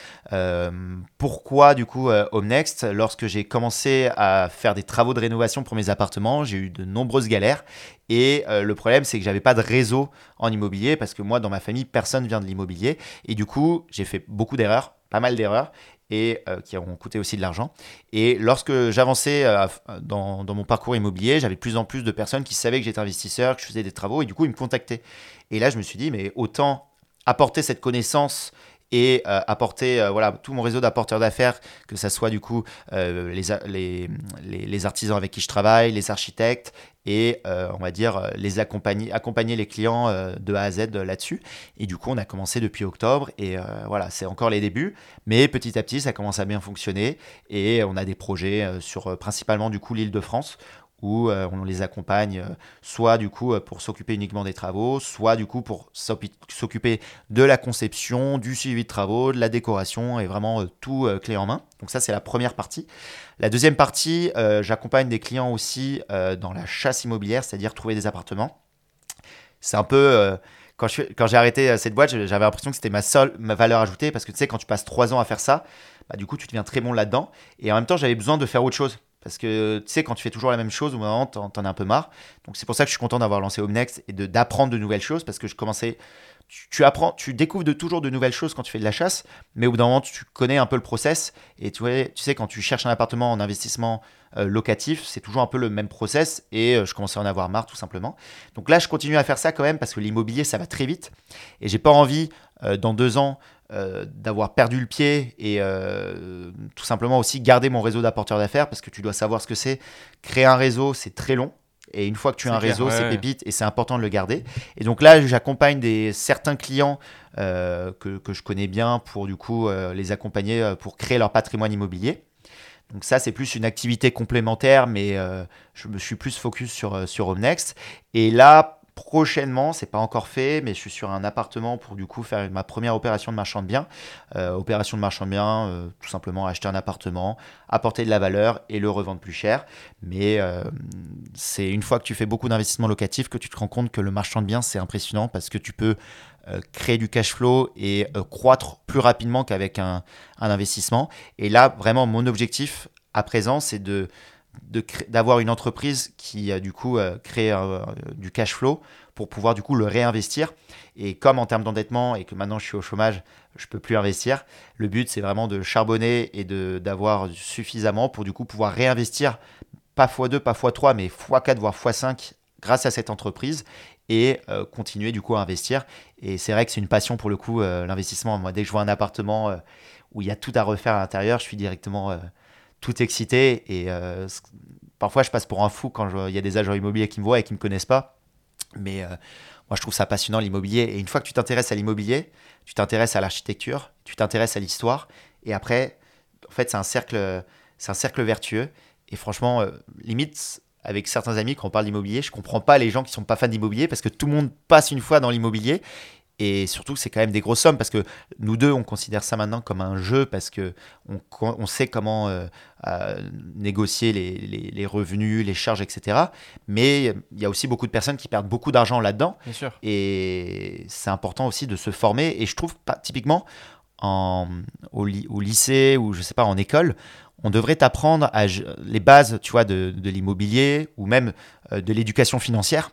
Pourquoi, du coup, Home Next ? Lorsque j'ai commencé à faire des travaux de rénovation pour mes appartements, j'ai eu de nombreuses galères. Et le problème, c'est que j'avais pas de réseau en immobilier parce que moi, dans ma famille, personne vient de l'immobilier. Et du coup, j'ai fait beaucoup d'erreurs, pas mal d'erreurs, et qui ont coûté aussi de l'argent. Et lorsque j'avançais dans mon parcours immobilier, j'avais de plus en plus de personnes qui savaient que j'étais investisseur, que je faisais des travaux, et du coup, ils me contactaient. Et là, je me suis dit, mais autant apporter cette connaissance et apporter voilà, tout mon réseau d'apporteurs d'affaires, que ça soit du coup les artisans avec qui je travaille, les architectes, et on va dire accompagner les clients de A à Z là-dessus. Et du coup, on a commencé depuis octobre, et voilà, c'est encore les débuts, mais petit à petit, ça commence à bien fonctionner, et on a des projets sur principalement du coup l'Île-de-France, où on les accompagne soit du coup pour s'occuper uniquement des travaux, soit du coup pour s'occuper de la conception, du suivi de travaux, de la décoration et vraiment tout clé en main. Donc ça, c'est la première partie. La deuxième partie, j'accompagne des clients aussi dans la chasse immobilière, c'est-à-dire trouver des appartements. C'est un peu... quand j'ai arrêté cette boîte, j'avais l'impression que c'était ma valeur ajoutée parce que tu sais, quand tu passes 3 ans à faire ça, bah, du coup, tu deviens très bon là-dedans. Et en même temps, j'avais besoin de faire autre chose. Parce que tu sais, quand tu fais toujours la même chose, au bout d'un moment, t'en as un peu marre. Donc c'est pour ça que je suis content d'avoir lancé Home Next et d'apprendre de nouvelles choses parce que je commençais. Tu apprends, tu découvres toujours de nouvelles choses quand tu fais de la chasse, mais au bout d'un moment, tu connais un peu le process. Et tu sais, quand tu cherches un appartement en investissement locatif, c'est toujours un peu le même process. Et je commençais à en avoir marre, tout simplement. Donc là, je continue à faire ça quand même parce que l'immobilier, ça va très vite. Et j'ai pas envie, dans 2 ans, d'avoir perdu le pied et tout simplement aussi garder mon réseau d'apporteurs d'affaires parce que tu dois savoir ce que c'est. Créer un réseau, c'est très long. Et une fois que tu as un réseau, c'est pépite et c'est important de le garder. Et donc là, j'accompagne certains clients que je connais bien pour du coup les accompagner pour créer leur patrimoine immobilier. Donc ça, c'est plus une activité complémentaire, mais je me suis plus focus sur Home Next. Et là, prochainement, c'est pas encore fait, mais je suis sur un appartement pour du coup faire ma première opération de marchand de biens. Opération de marchand de biens, tout simplement acheter un appartement, apporter de la valeur et le revendre plus cher. Mais c'est une fois que tu fais beaucoup d'investissements locatifs que tu te rends compte que le marchand de biens, c'est impressionnant parce que tu peux créer du cash flow et croître plus rapidement qu'avec un investissement. Et là, vraiment, mon objectif à présent, c'est d'avoir une entreprise qui du coup crée du cash flow pour pouvoir du coup le réinvestir. Et comme en termes d'endettement et que maintenant je suis au chômage, je peux plus investir, le but c'est vraiment de charbonner et d'avoir suffisamment pour du coup pouvoir réinvestir, pas x2, pas x3, mais x4 voire x5 grâce à cette entreprise et continuer du coup à investir. Et c'est vrai que c'est une passion pour le coup, l'investissement. Moi, dès que je vois un appartement où il y a tout à refaire à l'intérieur, je suis directement tout excité et parfois je passe pour un fou quand il y a des agents immobiliers qui me voient et qui ne me connaissent pas. Mais moi je trouve ça passionnant l'immobilier, et une fois que tu t'intéresses à l'immobilier, tu t'intéresses à l'architecture, tu t'intéresses à l'histoire, et après en fait c'est un cercle vertueux. Et franchement limite avec certains amis quand on parle d'immobilier, je comprends pas les gens qui sont pas fans d'immobilier parce que tout le monde passe une fois dans l'immobilier. Et surtout, c'est quand même des grosses sommes parce que nous deux, on considère ça maintenant comme un jeu parce qu'on sait comment négocier les revenus, les charges, etc. Mais il y a aussi beaucoup de personnes qui perdent beaucoup d'argent là-dedans. Bien sûr. Et c'est important aussi de se former. Et je trouve, typiquement, au lycée ou je sais pas, en école, on devrait t'apprendre les bases, tu vois, de l'immobilier ou même de l'éducation financière.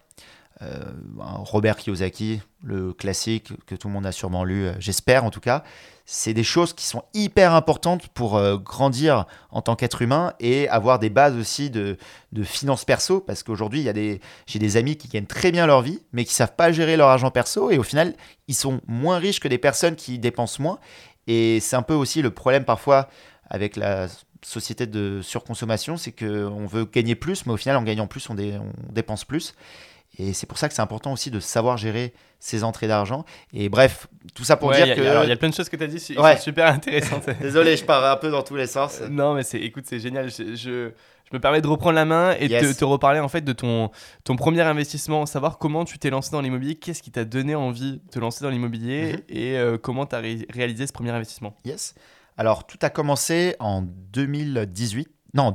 Robert Kiyosaki, le classique que tout le monde a sûrement lu, j'espère en tout cas. C'est des choses qui sont hyper importantes pour grandir en tant qu'être humain et avoir des bases aussi de finances perso, parce qu'aujourd'hui j'ai des amis qui gagnent très bien leur vie mais qui savent pas gérer leur argent perso, et au final ils sont moins riches que des personnes qui dépensent moins. Et c'est un peu aussi le problème parfois avec la société de surconsommation, c'est qu'on veut gagner plus mais au final en gagnant plus on dépense plus. Et c'est pour ça que c'est important aussi de savoir gérer ses entrées d'argent. Et bref, tout ça pour dire que... Alors, il y a plein de choses que tu as dit qui sont super intéressantes. Désolé, je pars un peu dans tous les sens. Non, mais écoute, c'est génial. Je me permets de reprendre la main et te reparler en fait de ton premier investissement, savoir comment tu t'es lancé dans l'immobilier, qu'est-ce qui t'a donné envie de te lancer dans l'immobilier et comment tu as réalisé ce premier investissement. Yes. Alors, tout a commencé en 2016.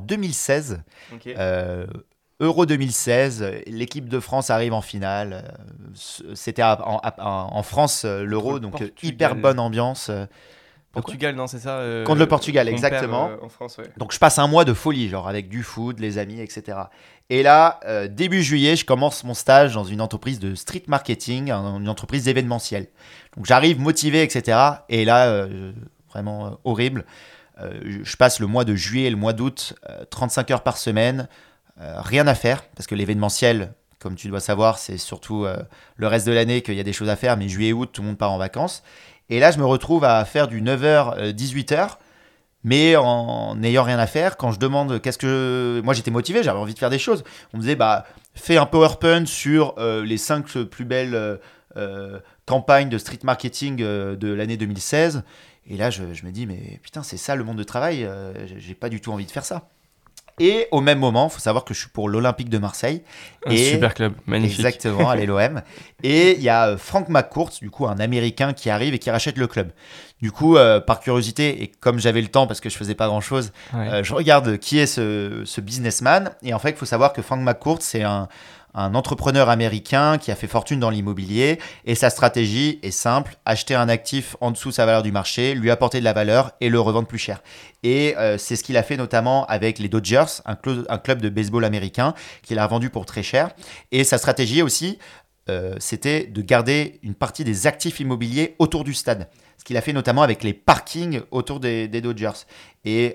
Ok. Euro 2016, l'équipe de France arrive en finale. C'était en France l'Euro, donc Portugal. hyper bonne ambiance. Portugal, non, c'est ça Contre le Portugal, exactement. En France, ouais. Donc je passe un mois de folie, genre avec du foot, les amis, etc. Et là, début juillet, je commence mon stage dans une entreprise de street marketing, une entreprise d'événementiel. Donc j'arrive motivé, etc. Et là, vraiment horrible. Je passe le mois de juillet et le mois d'août, 35 heures par semaine. Rien à faire, parce que l'événementiel, comme tu dois savoir, c'est surtout le reste de l'année qu'il y a des choses à faire, mais juillet, août, tout le monde part en vacances. Et là, je me retrouve à faire du 9h, 18h, mais en n'ayant rien à faire. Quand je demande moi, j'étais motivé, j'avais envie de faire des choses. On me disait, fais un PowerPoint sur les 5 plus belles campagnes de street marketing de l'année 2016. Et là, je me dis, mais putain, c'est ça le monde de travail, j'ai pas du tout envie de faire ça. Et au même moment, il faut savoir que je suis pour l'Olympique de Marseille. Un super club, magnifique. Exactement, allez l'OM. Et il y a Frank McCourt, du coup un Américain qui arrive et qui rachète le club. Du coup, par curiosité, et comme j'avais le temps parce que je faisais pas grand-chose, je regarde qui est ce businessman. Et en fait, il faut savoir que Frank McCourt, c'est un entrepreneur américain qui a fait fortune dans l'immobilier, et sa stratégie est simple: acheter un actif en dessous de sa valeur du marché, lui apporter de la valeur et le revendre plus cher. Et c'est ce qu'il a fait notamment avec les Dodgers, un club de baseball américain qu'il a revendu pour très cher. Et sa stratégie aussi, c'était de garder une partie des actifs immobiliers autour du stade. Ce qu'il a fait notamment avec les parkings autour des Dodgers. Et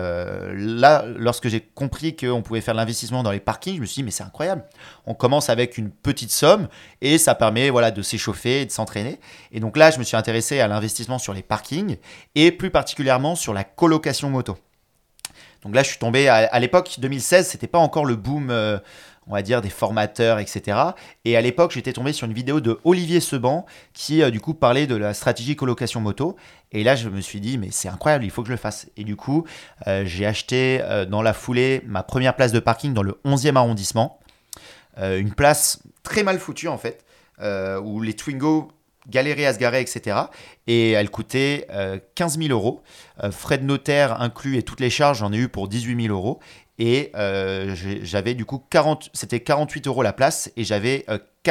là, lorsque j'ai compris qu'on pouvait faire l'investissement dans les parkings, je me suis dit, mais c'est incroyable. On commence avec une petite somme et ça permet de s'échauffer et de s'entraîner. Et donc là, je me suis intéressé à l'investissement sur les parkings et plus particulièrement sur la colocation moto. Donc là, je suis tombé, à l'époque 2016, c'était pas encore le boom, on va dire, des formateurs, etc. Et à l'époque, j'étais tombé sur une vidéo de Olivier Seban qui, du coup, parlait de la stratégie colocation moto. Et là, je me suis dit, mais c'est incroyable, il faut que je le fasse. Et du coup, j'ai acheté dans la foulée ma première place de parking dans le 11e arrondissement. une place très mal foutue en fait, où les Twingo galéraient à se garer, etc. Et elle coûtait 15 000 euros. Frais de notaire inclus et toutes les charges, j'en ai eu pour 18 000 euros. Et j'avais du coup c'était 48 euros la place et j'avais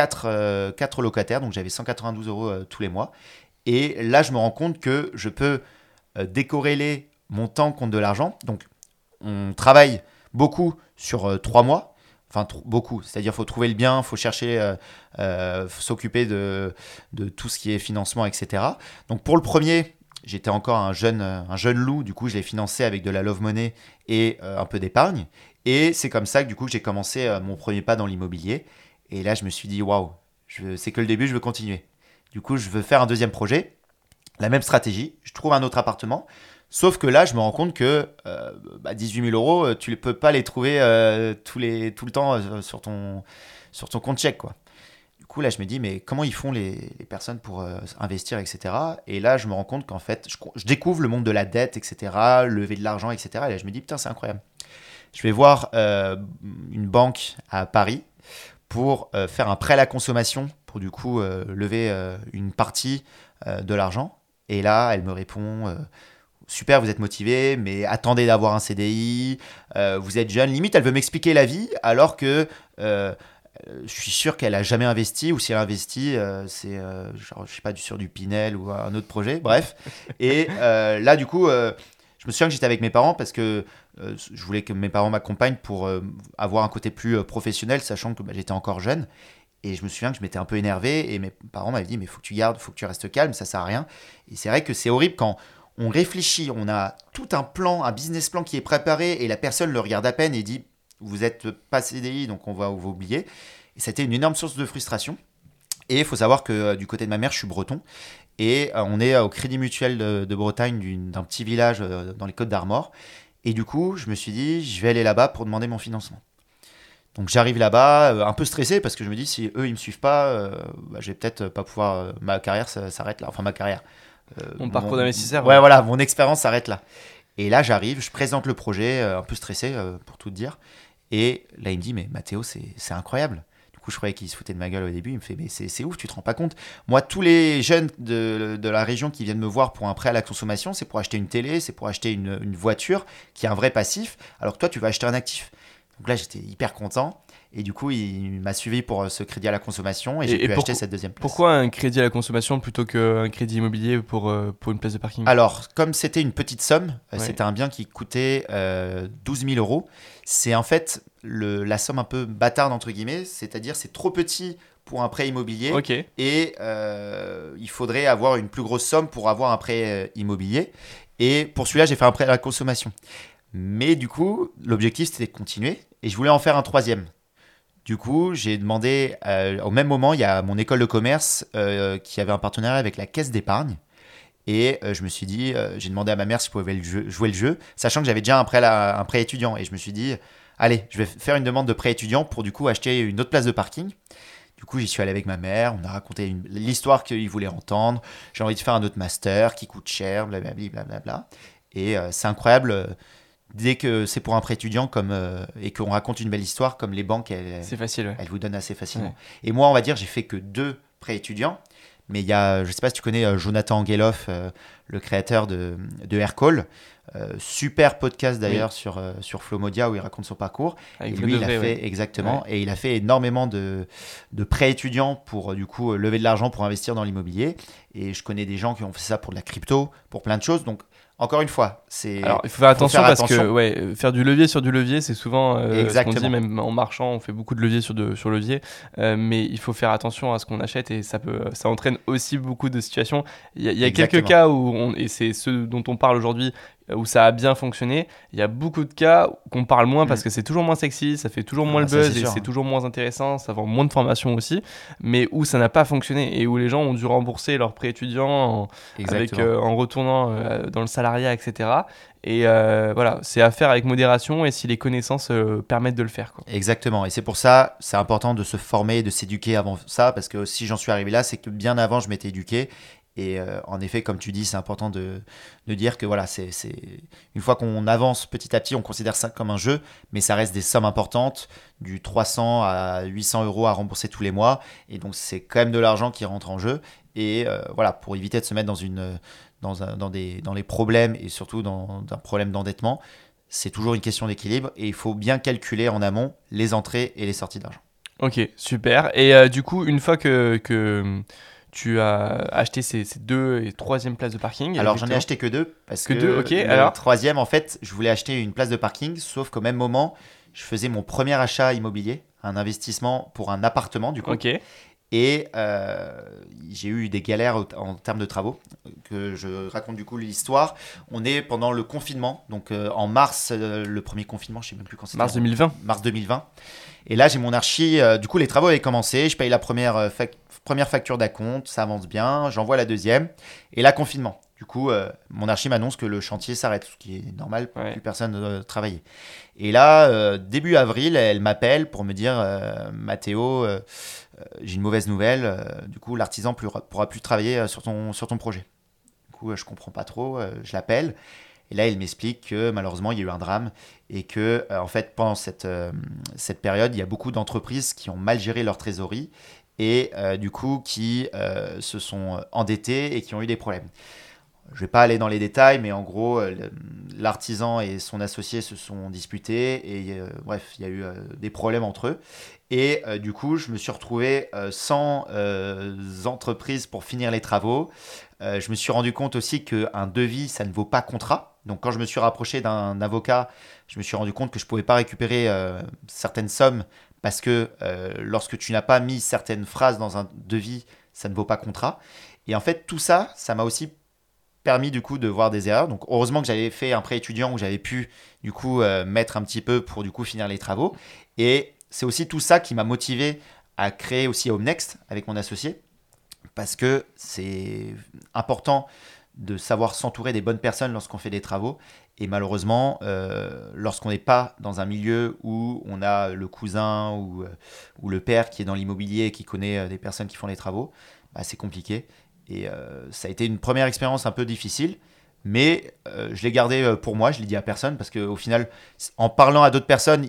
4 locataires, donc j'avais 192 euros tous les mois. Et là, je me rends compte que je peux décorréler mon temps contre de l'argent. Donc, on travaille beaucoup sur 3 mois. Enfin, beaucoup. C'est-à-dire, il faut trouver le bien, il faut chercher, faut s'occuper de tout ce qui est financement, etc. Donc, pour le premier, j'étais encore un jeune loup. Du coup, je l'ai financé avec de la love money et un peu d'épargne. Et c'est comme ça que, du coup, j'ai commencé mon premier pas dans l'immobilier. Et là, je me suis dit, waouh, c'est que le début, je veux continuer. Du coup, je veux faire un deuxième projet. La même stratégie. Je trouve un autre appartement. Sauf que là, je me rends compte que 18 000 euros, tu ne peux pas les trouver tout le temps sur ton compte chèque, quoi. Du coup, là, je me dis, mais comment ils font les personnes pour investir, etc. Et là, je me rends compte qu'en fait, je découvre le monde de la dette, etc., lever de l'argent, etc. Et là, je me dis, putain, c'est incroyable. Je vais voir une banque à Paris pour faire un prêt à la consommation, pour du coup lever une partie de l'argent. Et là, elle me répond... super, vous êtes motivé, mais attendez d'avoir un CDI, vous êtes jeune. Limite, elle veut m'expliquer la vie, alors que je suis sûr qu'elle a jamais investi, ou si elle a investi, c'est, genre, je sais pas, sur du Pinel ou un autre projet, bref. Et là, du coup, je me souviens que j'étais avec mes parents parce que je voulais que mes parents m'accompagnent pour avoir un côté plus professionnel, sachant que j'étais encore jeune. Et je me souviens que je m'étais un peu énervé, et mes parents m'avaient dit, mais faut que tu restes calme, ça sert à rien. Et c'est vrai que c'est horrible quand on réfléchit, on a tout un plan, un business plan qui est préparé et la personne le regarde à peine et dit vous n'êtes pas CDI, donc on va vous oublier. Et ça a été une énorme source de frustration. Et il faut savoir que du côté de ma mère, je suis breton. Et on est au Crédit Mutuel de Bretagne, d'un petit village dans les Côtes d'Armor. Et du coup, je me suis dit, je vais aller là-bas pour demander mon financement. Donc j'arrive là-bas, un peu stressé parce que je me dis, si eux, ils ne me suivent pas, je vais peut-être pas pouvoir... ma carrière s'arrête là. Enfin, ma carrière. Mon parcours d'investisseur. Ouais, voilà, mon expérience s'arrête là. Et là, j'arrive, je présente le projet, un peu stressé pour tout te dire. Et là, il me dit, mais Mathéo, c'est incroyable. Du coup, je croyais qu'il se foutait de ma gueule au début. Il me fait, mais c'est ouf, tu te rends pas compte. Moi, tous les jeunes de la région qui viennent me voir pour un prêt à la consommation, c'est pour acheter une télé, c'est pour acheter une voiture qui a un vrai passif, alors que toi, tu vas acheter un actif. Donc là, j'étais hyper content. Et du coup, il m'a suivi pour ce crédit à la consommation et j'ai pu acheter cette deuxième place. Pourquoi un crédit à la consommation plutôt qu'un crédit immobilier pour une place de parking ? Alors, comme c'était une petite somme, c'était un bien qui coûtait 12 000 euros. C'est en fait la somme un peu bâtarde, entre guillemets, c'est-à-dire c'est trop petit pour un prêt immobilier et il faudrait avoir une plus grosse somme pour avoir un prêt immobilier. Et pour celui-là, j'ai fait un prêt à la consommation. Mais du coup, l'objectif, c'était de continuer et je voulais en faire un troisième. Du coup, j'ai demandé, au même moment, il y a mon école de commerce qui avait un partenariat avec la caisse d'épargne. Et je me suis dit, j'ai demandé à ma mère si je pouvais jouer le jeu, sachant que j'avais déjà un prêt étudiant. Et je me suis dit, allez, je vais faire une demande de prêt étudiant pour du coup acheter une autre place de parking. Du coup, j'y suis allé avec ma mère, on a raconté l'histoire qu'il voulait entendre. J'ai envie de faire un autre master qui coûte cher, blablabla. Et c'est incroyable. Dès que c'est pour un prêt étudiant et qu'on raconte une belle histoire, comme les banques, c'est facile, ouais. Elles vous donnent assez facilement. Ouais. Et moi, on va dire, j'ai fait que 2 prêts étudiants. Mais il y a, je ne sais pas si tu connais Jonathan Angeloff, le créateur de Aircall. Super podcast d'ailleurs sur Flomodia où il raconte son parcours. Avec et lui, il a fait exactement. Ouais. Et il a fait énormément de prêts étudiants pour du coup lever de l'argent pour investir dans l'immobilier. Et je connais des gens qui ont fait ça pour de la crypto, pour plein de choses. Donc, encore une fois, alors, il faut faire attention parce que faire du levier sur du levier, c'est souvent ce qu'on dit, même en marchant, on fait beaucoup de levier sur levier, mais il faut faire attention à ce qu'on achète et ça entraîne aussi beaucoup de situations. Il y a quelques cas et c'est ceux dont on parle aujourd'hui, où ça a bien fonctionné. Il y a beaucoup de cas qu'on parle moins parce que c'est toujours moins sexy, ça fait toujours moins le buzz et c'est toujours moins intéressant, ça vend moins de formation aussi, mais où ça n'a pas fonctionné et où les gens ont dû rembourser leurs prêts étudiants en retournant dans le salariat, etc. Et voilà, c'est à faire avec modération et si les connaissances permettent de le faire, quoi. Exactement, et c'est pour ça, c'est important de se former, de s'éduquer avant ça, parce que si j'en suis arrivé là, c'est que bien avant, je m'étais éduqué. Et en effet, comme tu dis, c'est important de dire que voilà, c'est une fois qu'on avance petit à petit, on considère ça comme un jeu, mais ça reste des sommes importantes, du 300 à 800 euros à rembourser tous les mois. Et donc, c'est quand même de l'argent qui rentre en jeu. Et voilà, pour éviter de se mettre dans les problèmes et surtout dans un problème d'endettement, c'est toujours une question d'équilibre et il faut bien calculer en amont les entrées et les sorties d'argent. Ok, super. Et du coup, une fois que tu as acheté ces 2 et 3e places de parking. Alors j'en ai acheté que 2 parce que deux, ok. le Alors 3e, en fait, je voulais acheter une place de parking, sauf qu'au même moment, je faisais mon premier achat immobilier, un investissement pour un appartement du coup. ok. Et j'ai eu des galères en termes de travaux, que je raconte du coup l'histoire. On est pendant le confinement, donc en mars, le premier confinement, je ne sais même plus quand c'était. Mars 2020. Mars 2020. Et là, j'ai mon archi. Du coup, les travaux avaient commencé. Je paye la première facture d'acompte. Ça avance bien. J'envoie la deuxième. Et là, confinement. Du coup, mon archi m'annonce que le chantier s'arrête, ce qui est normal. Ouais. Plus personne ne travaillait. Et là, début avril, elle m'appelle pour me dire Mathéo, j'ai une mauvaise nouvelle. Du coup, l'artisan pourra plus travailler sur ton projet. Du coup, je comprends pas trop. Je l'appelle. Et là, il m'explique que malheureusement, il y a eu un drame et que, en fait, pendant cette période, il y a beaucoup d'entreprises qui ont mal géré leur trésorerie et du coup, qui se sont endettées et qui ont eu des problèmes. Je ne vais pas aller dans les détails, mais en gros, l'artisan et son associé se sont disputés et bref, il y a eu des problèmes entre eux. Et du coup, je me suis retrouvé sans entreprise pour finir les travaux. Je me suis rendu compte aussi qu'un devis, ça ne vaut pas contrat. Donc, quand je me suis rapproché d'un avocat, je me suis rendu compte que je ne pouvais pas récupérer certaines sommes parce que lorsque tu n'as pas mis certaines phrases dans un devis, ça ne vaut pas contrat. Et en fait, tout ça, ça m'a aussi permis du coup de voir des erreurs. Donc, heureusement que j'avais fait un prêt étudiant où j'avais pu du coup mettre un petit peu pour du coup finir les travaux. Et c'est aussi tout ça qui m'a motivé à créer aussi Home Next avec mon associé parce que c'est important de savoir s'entourer des bonnes personnes lorsqu'on fait des travaux. Et malheureusement, lorsqu'on n'est pas dans un milieu où on a le cousin ou le père qui est dans l'immobilier et qui connaît des personnes qui font les travaux, bah, c'est compliqué. Et ça a été une première expérience un peu difficile, mais je l'ai gardé pour moi, je l'ai dit à personne, parce qu'au final, en parlant à d'autres personnes,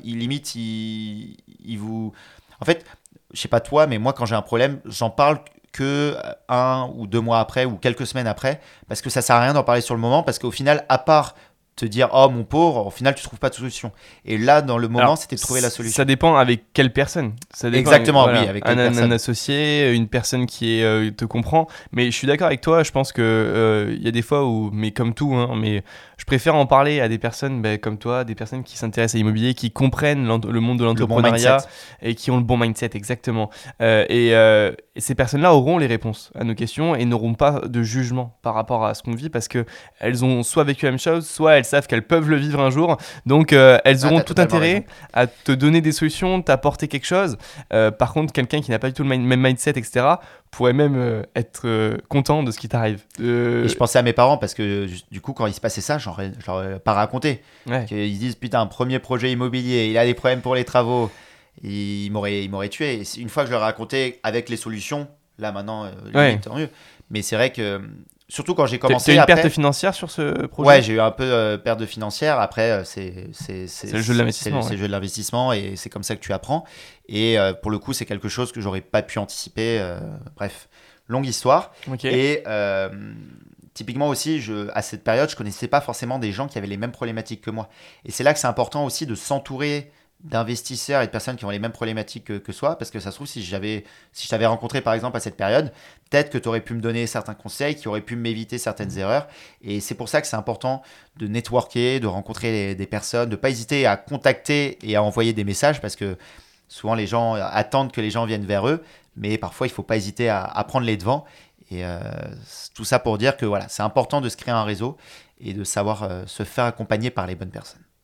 il vous... En fait, je sais pas toi, mais moi, quand j'ai un problème, j'en parle que 1 ou 2 mois après ou quelques semaines après, parce que ça sert à rien d'en parler sur le moment, parce qu'au final, à part te dire oh mon pauvre, au final tu trouves pas de solution. Et là, dans le moment, alors, c'était de trouver la solution. Ça dépend avec quelle personne. Ça dépend exactement, voilà, oui, avec quelle personne. Un associé, une personne qui te comprend. Mais je suis d'accord avec toi. Je pense que y a des fois où, mais comme tout, hein, mais je préfère en parler à des personnes comme toi, des personnes qui s'intéressent à l'immobilier, qui comprennent le monde de l'entrepreneuriat et qui ont le bon mindset, exactement. Et ces personnes-là auront les réponses à nos questions et n'auront pas de jugement par rapport à ce qu'on vit parce que elles ont soit vécu la même chose, soit elles savent qu'elles peuvent le vivre un jour. Donc elles auront tout intérêt à te donner des solutions, t'apporter quelque chose. Par contre, quelqu'un qui n'a pas du tout le même mindset, etc., pourrait même être content de ce qui t'arrive. Et je pensais à mes parents parce que du coup, quand il se passait ça, je leur ai pas raconté. Ouais. Ils disent putain, premier projet immobilier, il a des problèmes pour les travaux, il m'aurait tué. Et une fois que je leur ai raconté avec les solutions, là maintenant, tant mieux. Mais c'est vrai que surtout quand j'ai commencé. T'as eu une perte financière sur ce projet ? Ouais, j'ai eu un peu perte financière. Après, c'est le jeu de l'investissement. C'est le jeu de l'investissement et c'est comme ça que tu apprends. Et pour le coup, c'est quelque chose que j'aurais pas pu anticiper. Bref, longue histoire. Okay. Et typiquement aussi, à cette période, je connaissais pas forcément des gens qui avaient les mêmes problématiques que moi. Et c'est là que c'est important aussi de s'entourer d'investisseurs et de personnes qui ont les mêmes problématiques que soi, parce que ça se trouve, si je t'avais rencontré par exemple à cette période, peut-être que tu aurais pu me donner certains conseils qui auraient pu m'éviter certaines erreurs. Et c'est pour ça que c'est important de networker, de rencontrer des personnes, de ne pas hésiter à contacter et à envoyer des messages, parce que souvent les gens attendent que les gens viennent vers eux, mais parfois il ne faut pas hésiter à prendre les devants. Et tout ça pour dire que voilà, c'est important de se créer un réseau et de savoir se faire accompagner par les bonnes personnes.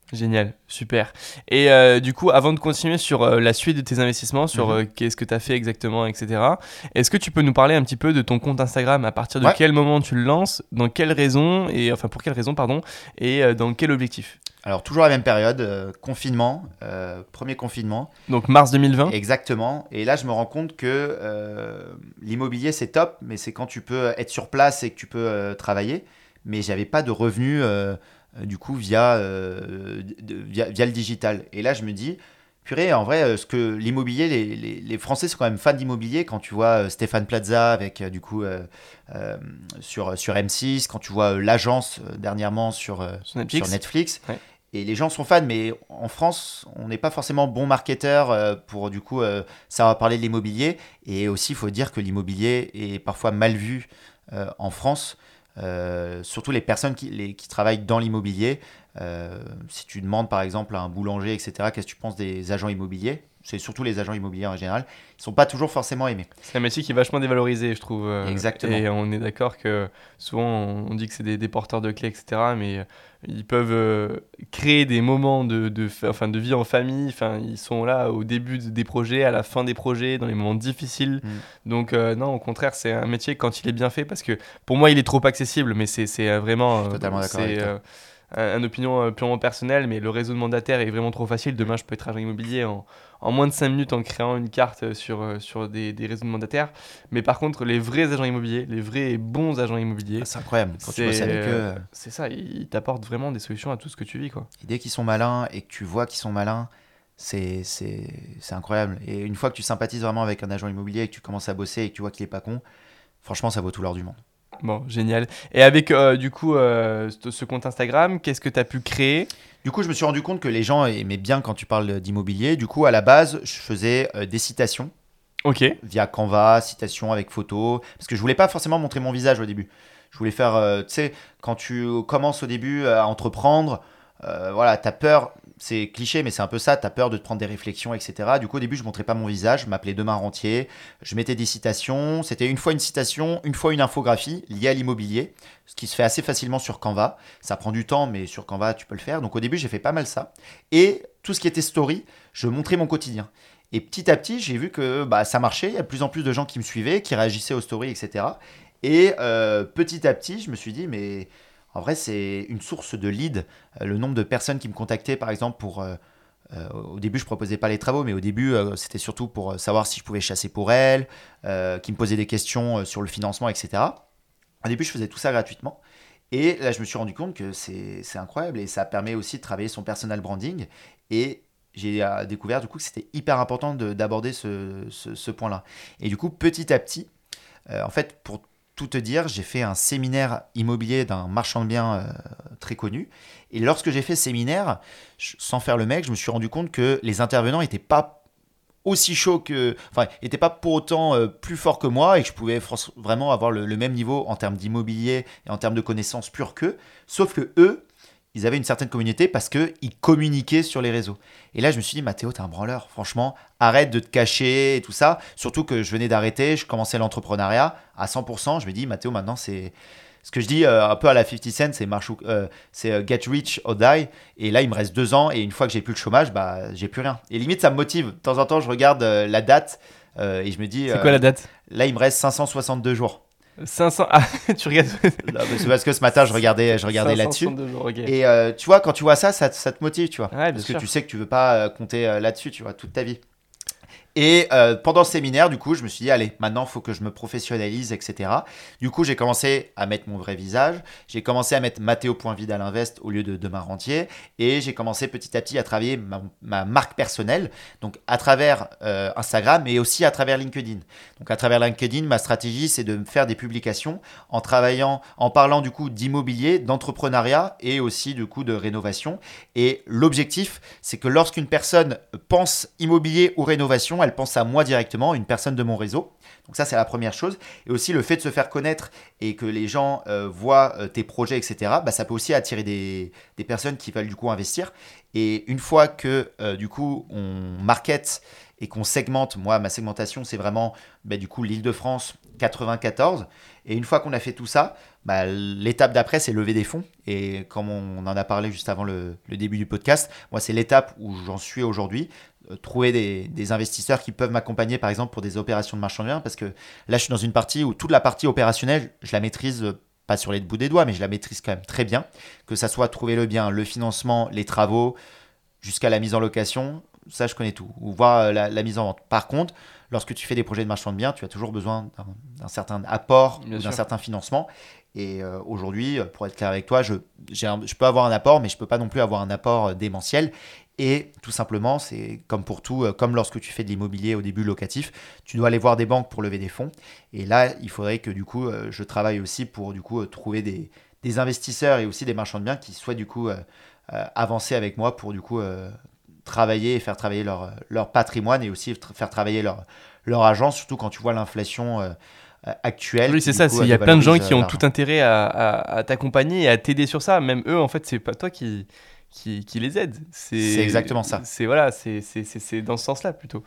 Génial, super. Et du coup, avant de continuer sur la suite de tes investissements, sur qu'est-ce que tu as fait exactement, etc., est-ce que tu peux nous parler un petit peu de ton compte Instagram? À partir de quel moment tu le lances? Dans quelle raison? Et, enfin, pour quelle raison, pardon? Et dans quel objectif? Alors, toujours la même période, confinement, premier confinement. Donc, mars 2020? Exactement. Et là, je me rends compte que l'immobilier, c'est top, mais c'est quand tu peux être sur place et que tu peux travailler. Mais j'avais pas de revenus du coup via le digital. Et là, je me dis, purée, en vrai, ce que l'immobilier, les Français sont quand même fans d'immobilier. Quand tu vois Stéphane Plaza avec sur M6, quand tu vois l'agence dernièrement sur Netflix. Ouais. Et les gens sont fans, mais en France, on n'est pas forcément bon marketeur pour du coup savoir parler de l'immobilier. Et aussi, il faut dire que l'immobilier est parfois mal vu en France. Surtout les personnes qui travaillent dans l'immobilier. Si tu demandes par exemple à un boulanger, etc., qu'est-ce que tu penses des agents immobiliers? C'est surtout les agents immobiliers en général. Ils ne sont pas toujours forcément aimés. C'est un métier qui est vachement dévalorisé, je trouve. Exactement. Et on est d'accord que souvent on dit que c'est des porteurs de clés, etc. Mais ils peuvent créer des moments de vie en famille. Enfin, ils sont là au début des projets, à la fin des projets, dans les moments difficiles. Donc non, au contraire, c'est un métier quand il est bien fait, parce que pour moi, il est trop accessible. Mais c'est vraiment... Je suis totalement d'accord avec toi. Une opinion purement personnelle, mais le réseau de mandataires est vraiment trop facile. Demain, je peux être agent immobilier en moins de 5 minutes en créant une carte sur des réseaux de mandataires. Mais par contre, les vrais agents immobiliers, les vrais et bons agents immobiliers, c'est incroyable. Quand tu bosses avec eux, c'est ça, ils t'apportent vraiment des solutions à tout ce que tu vis, quoi. Et dès qu'ils sont malins et que tu vois qu'ils sont malins, c'est incroyable. Et une fois que tu sympathises vraiment avec un agent immobilier et que tu commences à bosser et que tu vois qu'il est pas con, franchement, ça vaut tout l'or du monde. Bon, génial. Et avec du coup ce compte Instagram, qu'est-ce que tu as pu créer? Du coup, je me suis rendu compte que les gens aimaient bien quand tu parles d'immobilier. Du coup, à la base, je faisais des citations. Ok. Via Canva, citations avec photos. Parce que je voulais pas forcément montrer mon visage au début. Je voulais faire, tu sais, quand tu commences au début à entreprendre, voilà, t'as peur, c'est cliché, mais c'est un peu ça, t'as peur de te prendre des réflexions, etc. Du coup, au début, je montrais pas mon visage, je m'appelais Demain Rentier, je mettais des citations, c'était une fois une citation, une fois une infographie liée à l'immobilier, ce qui se fait assez facilement sur Canva. Ça prend du temps, mais sur Canva, tu peux le faire. Donc au début, j'ai fait pas mal ça. Et tout ce qui était story, je montrais mon quotidien. Et petit à petit, j'ai vu que ça marchait, il y a de plus en plus de gens qui me suivaient, qui réagissaient aux stories, etc. Et petit à petit, je me suis dit, mais en vrai, c'est une source de lead. Le nombre de personnes qui me contactaient, par exemple, au début, je proposais pas les travaux, mais au début, c'était surtout pour savoir si je pouvais chasser pour elles, qui me posaient des questions sur le financement, etc. Au début, je faisais tout ça gratuitement. Et là, je me suis rendu compte que c'est incroyable et ça permet aussi de travailler son personal branding. Et j'ai découvert du coup que c'était hyper important d'aborder ce point-là. Et du coup, petit à petit, en fait, pour tout te dire, j'ai fait un séminaire immobilier d'un marchand de biens très connu. Et lorsque j'ai fait ce séminaire, sans faire le mec, je me suis rendu compte que les intervenants n'étaient pas aussi chauds n'étaient pas pour autant plus forts que moi et que je pouvais vraiment avoir le même niveau en termes d'immobilier et en termes de connaissances pures qu'eux. Sauf que eux, ils avaient une certaine communauté parce qu'ils communiquaient sur les réseaux. Et là, je me suis dit, Mathéo, t'es un branleur. Franchement, arrête de te cacher et tout ça. Surtout que je venais d'arrêter, je commençais l'entrepreneuriat à 100%. Je me dis, Mathéo, maintenant, c'est ce que je dis un peu à la 50 Cent, c'est get rich or die. Et là, il me reste 2 ans et une fois que j'ai plus le chômage, j'ai plus rien. Et limite, ça me motive. De temps en temps, je regarde la date et je me dis. C'est quoi la date? Là, il me reste 562 jours. 500. Ah, tu regardes. C'est parce que ce matin, je regardais là-dessus. Jours, okay. Et tu vois, quand tu vois ça te motive, tu vois. Ouais, parce sûr. que tu sais que tu veux pas compter là-dessus, tu vois, toute ta vie. Et pendant ce séminaire, du coup, je me suis dit, allez, maintenant, il faut que je me professionnalise, etc. Du coup, j'ai commencé à mettre mon vrai visage. J'ai commencé à mettre Matteo.Vidalinvest au lieu de Demain Rentier. Et j'ai commencé petit à petit à travailler ma marque personnelle, donc à travers Instagram, mais aussi à travers LinkedIn. Donc à travers LinkedIn, ma stratégie, c'est de faire des publications en parlant du coup d'immobilier, d'entrepreneuriat et aussi du coup de rénovation. Et l'objectif, c'est que lorsqu'une personne pense immobilier ou rénovation, elle pense à moi directement, une personne de mon réseau. Donc ça, c'est la première chose. Et aussi, le fait de se faire connaître et que les gens voient tes projets, etc., ça peut aussi attirer des personnes qui veulent du coup investir. Et une fois que du coup, on market et qu'on segmente, moi, ma segmentation, c'est vraiment du coup l'Île-de-France 94. Et une fois qu'on a fait tout ça, l'étape d'après, c'est lever des fonds. Et comme on en a parlé juste avant le début du podcast, moi, c'est l'étape où j'en suis aujourd'hui. Trouver des investisseurs qui peuvent m'accompagner, par exemple, pour des opérations de marchand de biens. Parce que là, je suis dans une partie où toute la partie opérationnelle, je la maîtrise pas sur les bouts des doigts, mais je la maîtrise quand même très bien. Que ça soit trouver le bien, le financement, les travaux, jusqu'à la mise en location, ça, je connais tout. Ou voir la mise en vente. Par contre, lorsque tu fais des projets de marchand de biens, tu as toujours besoin d'un certain apport ou d'un certain financement. Et aujourd'hui, pour être clair avec toi, je peux avoir un apport, mais je ne peux pas non plus avoir un apport démentiel. Et tout simplement, c'est comme pour tout, comme lorsque tu fais de l'immobilier au début locatif, tu dois aller voir des banques pour lever des fonds. Et là, il faudrait que du coup, je travaille aussi pour du coup trouver des investisseurs et aussi des marchands de biens qui souhaitent du coup avancer avec moi pour du coup travailler et faire travailler leur patrimoine et aussi faire travailler leur argent, surtout quand tu vois l'inflation actuelle. Oui, c'est ça. Il y a plein de gens qui ont tout intérêt à t'accompagner et à t'aider sur ça. Même eux, en fait, c'est pas toi qui les aide. C'est exactement ça. C'est dans ce sens-là plutôt.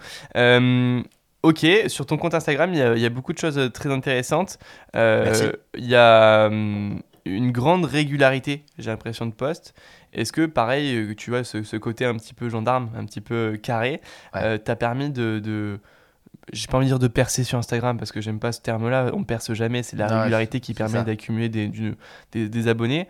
Ok, sur ton compte Instagram, il y a beaucoup de choses très intéressantes. Merci. Il y a une grande régularité, j'ai l'impression, de posts. Est-ce que, pareil, tu vois, ce côté un petit peu gendarme, un petit peu carré, t'a permis j'ai pas envie de dire de percer sur Instagram parce que j'aime pas ce terme-là, on perce jamais, c'est la régularité qui permet d'accumuler des abonnés.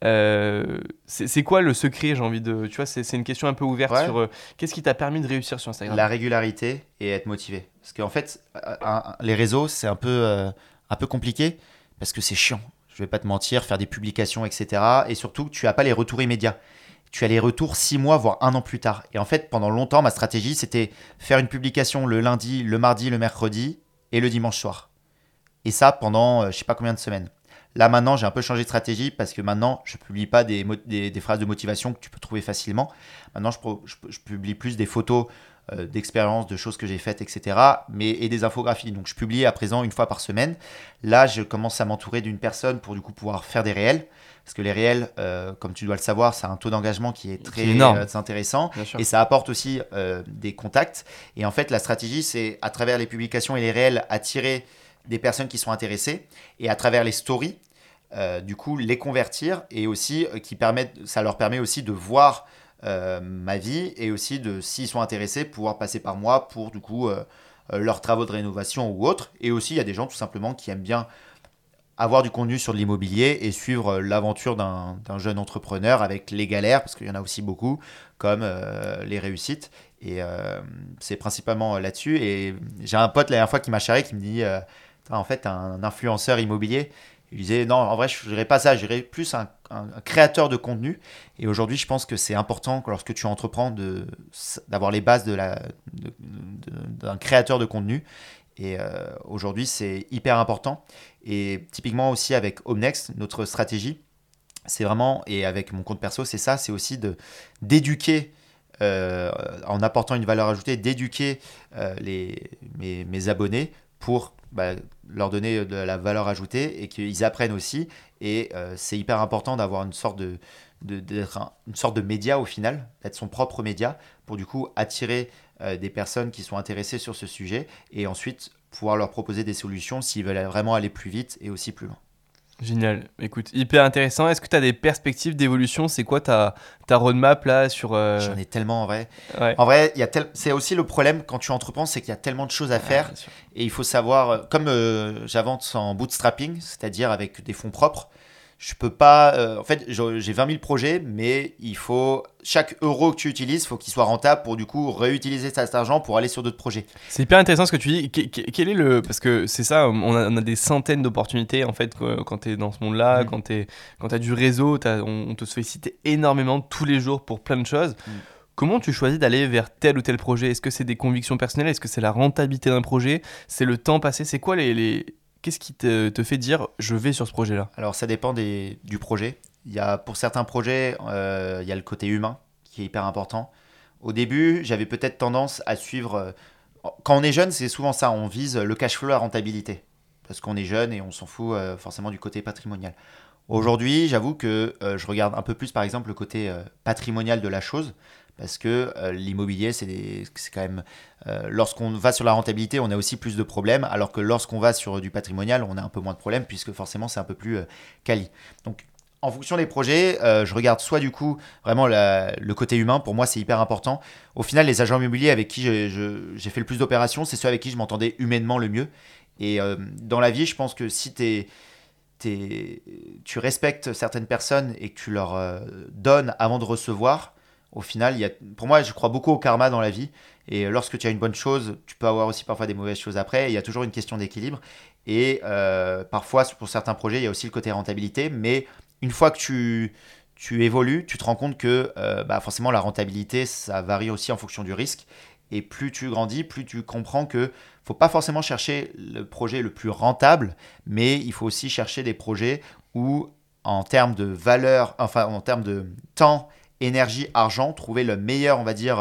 C'est quoi le secret, j'ai envie de... Tu vois, c'est une question un peu ouverte sur qu'est-ce qui t'a permis de réussir sur Instagram ? La régularité et être motivé. Parce qu'en fait, les réseaux, c'est un peu compliqué parce que c'est chiant. Je vais pas te mentir, faire des publications, etc. Et surtout, tu n'as pas les retours immédiats. Tu as les retours 6 mois, voire 1 an plus tard. Et en fait, pendant longtemps, ma stratégie, c'était faire une publication le lundi, le mardi, le mercredi et le dimanche soir. Et ça pendant je sais pas combien de semaines. Là, maintenant, j'ai un peu changé de stratégie parce que maintenant, je publie pas des phrases de motivation que tu peux trouver facilement. Maintenant, je publie plus des photos d'expériences, de choses que j'ai faites, etc. Et des infographies. Donc, je publie à présent 1 fois par semaine. Là, je commence à m'entourer d'une personne pour du coup pouvoir faire des réels. Parce que les réels, comme tu dois le savoir, ça a un taux d'engagement qui est très intéressant. Et ça apporte aussi des contacts. Et en fait, la stratégie, c'est à travers les publications et les réels, attirer des personnes qui sont intéressées. Et à travers les stories, du coup, les convertir. Et aussi, ça leur permet aussi de voir ma vie. Et aussi, s'ils sont intéressés, pouvoir passer par moi pour du coup leurs travaux de rénovation ou autres. Et aussi, il y a des gens tout simplement qui aiment bien avoir du contenu sur de l'immobilier et suivre l'aventure d'un jeune entrepreneur avec les galères, parce qu'il y en a aussi beaucoup, comme les réussites. Et c'est principalement là-dessus. Et j'ai un pote la dernière fois qui m'a charré, qui me dit en fait, un influenceur immobilier. Il disait non, en vrai, je ne dirais pas ça, je dirais plus un créateur de contenu. Et aujourd'hui, je pense que c'est important que lorsque tu entreprends d'avoir les bases d'un créateur de contenu. Et aujourd'hui, c'est hyper important. Et typiquement aussi avec Homenext, notre stratégie, c'est vraiment, et avec mon compte perso, c'est ça, c'est aussi d'éduquer, en apportant une valeur ajoutée, d'éduquer mes abonnés pour leur donner de la valeur ajoutée et qu'ils apprennent aussi. Et c'est hyper important d'avoir une sorte d'être une sorte de média au final, d'être son propre média pour du coup attirer des personnes qui sont intéressées sur ce sujet et ensuite pouvoir leur proposer des solutions s'ils veulent vraiment aller plus vite et aussi plus loin. Génial, écoute, hyper intéressant. Est-ce que tu as des perspectives d'évolution ? C'est quoi ta roadmap là sur J'en ai tellement en vrai. Ouais. En vrai, c'est aussi le problème quand tu entreprends, c'est qu'il y a tellement de choses à faire et il faut savoir, comme j'avance en bootstrapping, c'est-à-dire avec des fonds propres, je peux pas. En fait, j'ai 20 000 projets, mais chaque euro que tu utilises, il faut qu'il soit rentable pour du coup réutiliser cet argent pour aller sur d'autres projets. C'est hyper intéressant ce que tu dis. Quel est parce que c'est ça, on a des centaines d'opportunités en fait quand tu es dans ce monde-là, quand tu as du réseau, on te sollicite énormément tous les jours pour plein de choses. Comment tu choisis d'aller vers tel ou tel projet ? Est-ce que c'est des convictions personnelles ? Est-ce que c'est la rentabilité d'un projet ? C'est le temps passé ? C'est quoi Qu'est-ce qui te fait dire je vais sur ce projet-là ? Alors ça dépend du projet. Pour certains projets, il y a le côté humain qui est hyper important. Au début, j'avais peut-être tendance à suivre... Quand on est jeune, c'est souvent ça, on vise le cash flow, la rentabilité. Parce qu'on est jeune et on s'en fout forcément du côté patrimonial. Aujourd'hui, j'avoue que je regarde un peu plus, par exemple, le côté patrimonial de la chose. Parce que l'immobilier, c'est quand même. Lorsqu'on va sur la rentabilité, on a aussi plus de problèmes. Alors que lorsqu'on va sur du patrimonial, on a un peu moins de problèmes, puisque forcément, c'est un peu plus quali. Donc, en fonction des projets, je regarde soit du coup vraiment le côté humain. Pour moi, c'est hyper important. Au final, les agents immobiliers avec qui j'ai fait le plus d'opérations, c'est ceux avec qui je m'entendais humainement le mieux. Et dans la vie, je pense que si tu respectes certaines personnes et que tu leur donnes avant de recevoir, au final, pour moi, je crois beaucoup au karma dans la vie. Et lorsque tu as une bonne chose, tu peux avoir aussi parfois des mauvaises choses après. Il y a toujours une question d'équilibre. Et parfois, pour certains projets, il y a aussi le côté rentabilité. Mais une fois que tu évolues, tu te rends compte que forcément, la rentabilité, ça varie aussi en fonction du risque. Et plus tu grandis, plus tu comprends que faut pas forcément chercher le projet le plus rentable, mais il faut aussi chercher des projets où, en termes de valeur, enfin en termes de temps, énergie, argent, trouver le meilleur, on va dire,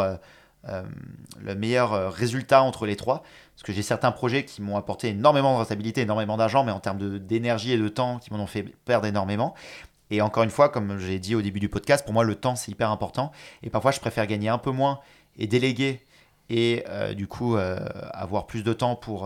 le meilleur résultat entre les trois. Parce que j'ai certains projets qui m'ont apporté énormément de rentabilité, énormément d'argent, mais en termes d'énergie et de temps, qui m'en ont fait perdre énormément. Et encore une fois, comme j'ai dit au début du podcast, pour moi, le temps, c'est hyper important. Et parfois, je préfère gagner un peu moins et déléguer et du coup avoir plus de temps pour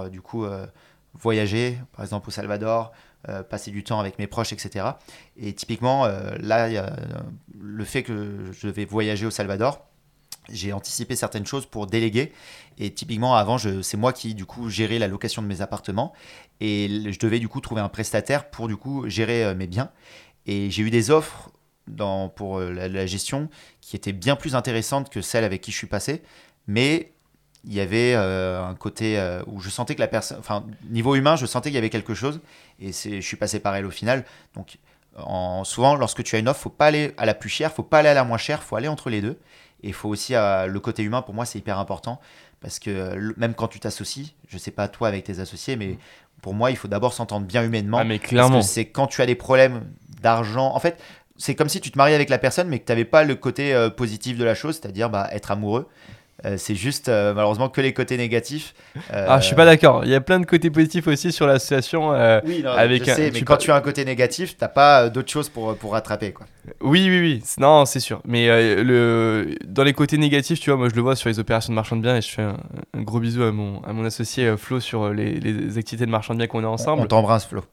voyager, par exemple au Salvador, passer du temps avec mes proches, etc. Et typiquement, là, le fait que je vais voyager au Salvador, j'ai anticipé certaines choses pour déléguer. Et typiquement, avant, c'est moi qui, du coup, gérais la location de mes appartements. Et je devais, du coup, trouver un prestataire pour, du coup, gérer mes biens. Et j'ai eu des offres pour la gestion qui étaient bien plus intéressantes que celles avec qui je suis passé. Mais il y avait un côté où je sentais que la personne, enfin, niveau humain, je sentais qu'il y avait quelque chose. Et je suis passé par elle au final. Donc, souvent, lorsque tu as une offre, faut pas aller à la plus chère, faut pas aller à la moins chère, faut aller entre les deux. Et il faut aussi, le côté humain, pour moi, c'est hyper important. Parce que même quand tu t'associes, je sais pas toi avec tes associés, mais pour moi, il faut d'abord s'entendre bien humainement. Ah, mais clairement. Parce que c'est quand tu as des problèmes d'argent. En fait, c'est comme si tu te mariais avec la personne, mais que tu n'avais pas le côté positif de la chose, c'est-à-dire être amoureux. C'est juste malheureusement que les côtés négatifs. Ah, je suis pas d'accord. Il y a plein de côtés positifs aussi sur l'association. Oui, non, avec je sais, mais quand tu as un côté négatif, t'as pas d'autre chose pour rattraper, quoi. Oui, oui, oui. Non, c'est sûr. Mais dans les côtés négatifs, tu vois, moi je le vois sur les opérations de marchand de biens et je fais un gros bisou à mon associé Flo sur les activités de marchand de biens qu'on a ensemble. On t'embrasse, Flo.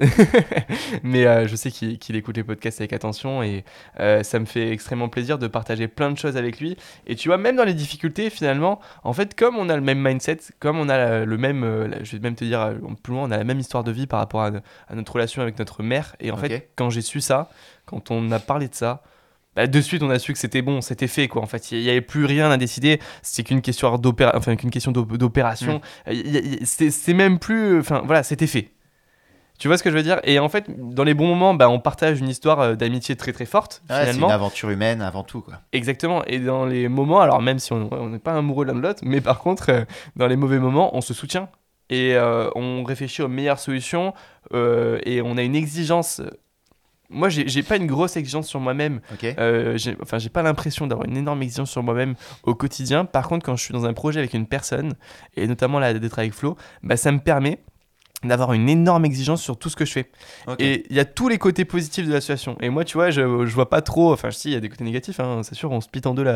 Mais je sais qu'il écoute les podcasts avec attention et ça me fait extrêmement plaisir de partager plein de choses avec lui. Et tu vois, même dans les difficultés, finalement, en fait, comme on a le même mindset, comme on a le même, je vais même te dire plus loin, on a la même histoire de vie par rapport à notre relation avec notre mère. Et en fait, quand j'ai su ça, quand on a parlé de ça, de suite on a su que c'était bon, c'était fait quoi. En fait, il n'y avait plus rien à décider. C'est qu'une question d'opération. C'est même plus, enfin voilà, c'était fait. Tu vois ce que je veux dire? Et en fait, dans les bons moments, on partage une histoire d'amitié très très forte. Ouais, finalement. C'est une aventure humaine avant tout, quoi. Exactement. Et dans les moments, alors même si on n'est pas amoureux l'un de l'autre, mais par contre, dans les mauvais moments, on se soutient. Et on réfléchit aux meilleures solutions. Et on a une exigence. Moi, j'ai pas une grosse exigence sur moi-même. Okay. J'ai pas l'impression d'avoir une énorme exigence sur moi-même au quotidien. Par contre, quand je suis dans un projet avec une personne, et notamment là, d'être avec Flo, ça me permet d'avoir une énorme exigence sur tout ce que je fais. Okay. Et il y a tous les côtés positifs de l'association. Et moi, tu vois, je vois pas trop... Enfin, si, il y a des côtés négatifs, hein, c'est sûr, on split en deux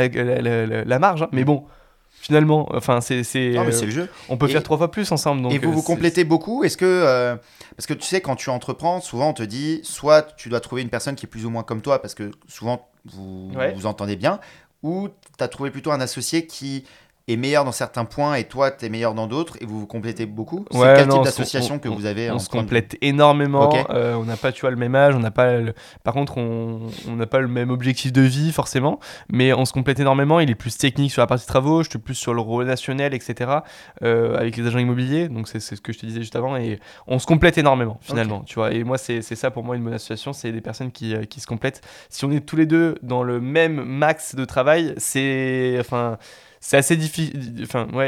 la marge. Hein, mais bon, finalement, enfin, non, mais c'est le jeu. On peut faire 3 fois plus ensemble. Donc, et vous complétez beaucoup. Est-ce que... parce que tu sais, quand tu entreprends, souvent, on te dit, soit tu dois trouver une personne qui est plus ou moins comme toi, parce que souvent, vous entendez bien, ou tu as trouvé plutôt un associé qui... est meilleur dans certains points et toi t'es meilleur dans d'autres et vous vous complétez beaucoup. C'est quel type d'association que vous avez? On se complète énormément. Okay. On n'a pas, tu vois, le même âge, on n'a pas par contre on n'a pas le même objectif de vie forcément, mais on se complète énormément. Il est plus technique sur la partie travaux, je suis plus sur le relationnel, etc. Avec les agents immobiliers, donc c'est ce que je te disais juste avant, et on se complète énormément finalement. Okay. Tu vois, et moi c'est ça pour moi une bonne association, c'est des personnes qui se complètent. Si on est tous les deux dans le même max de travail, c'est assez difficile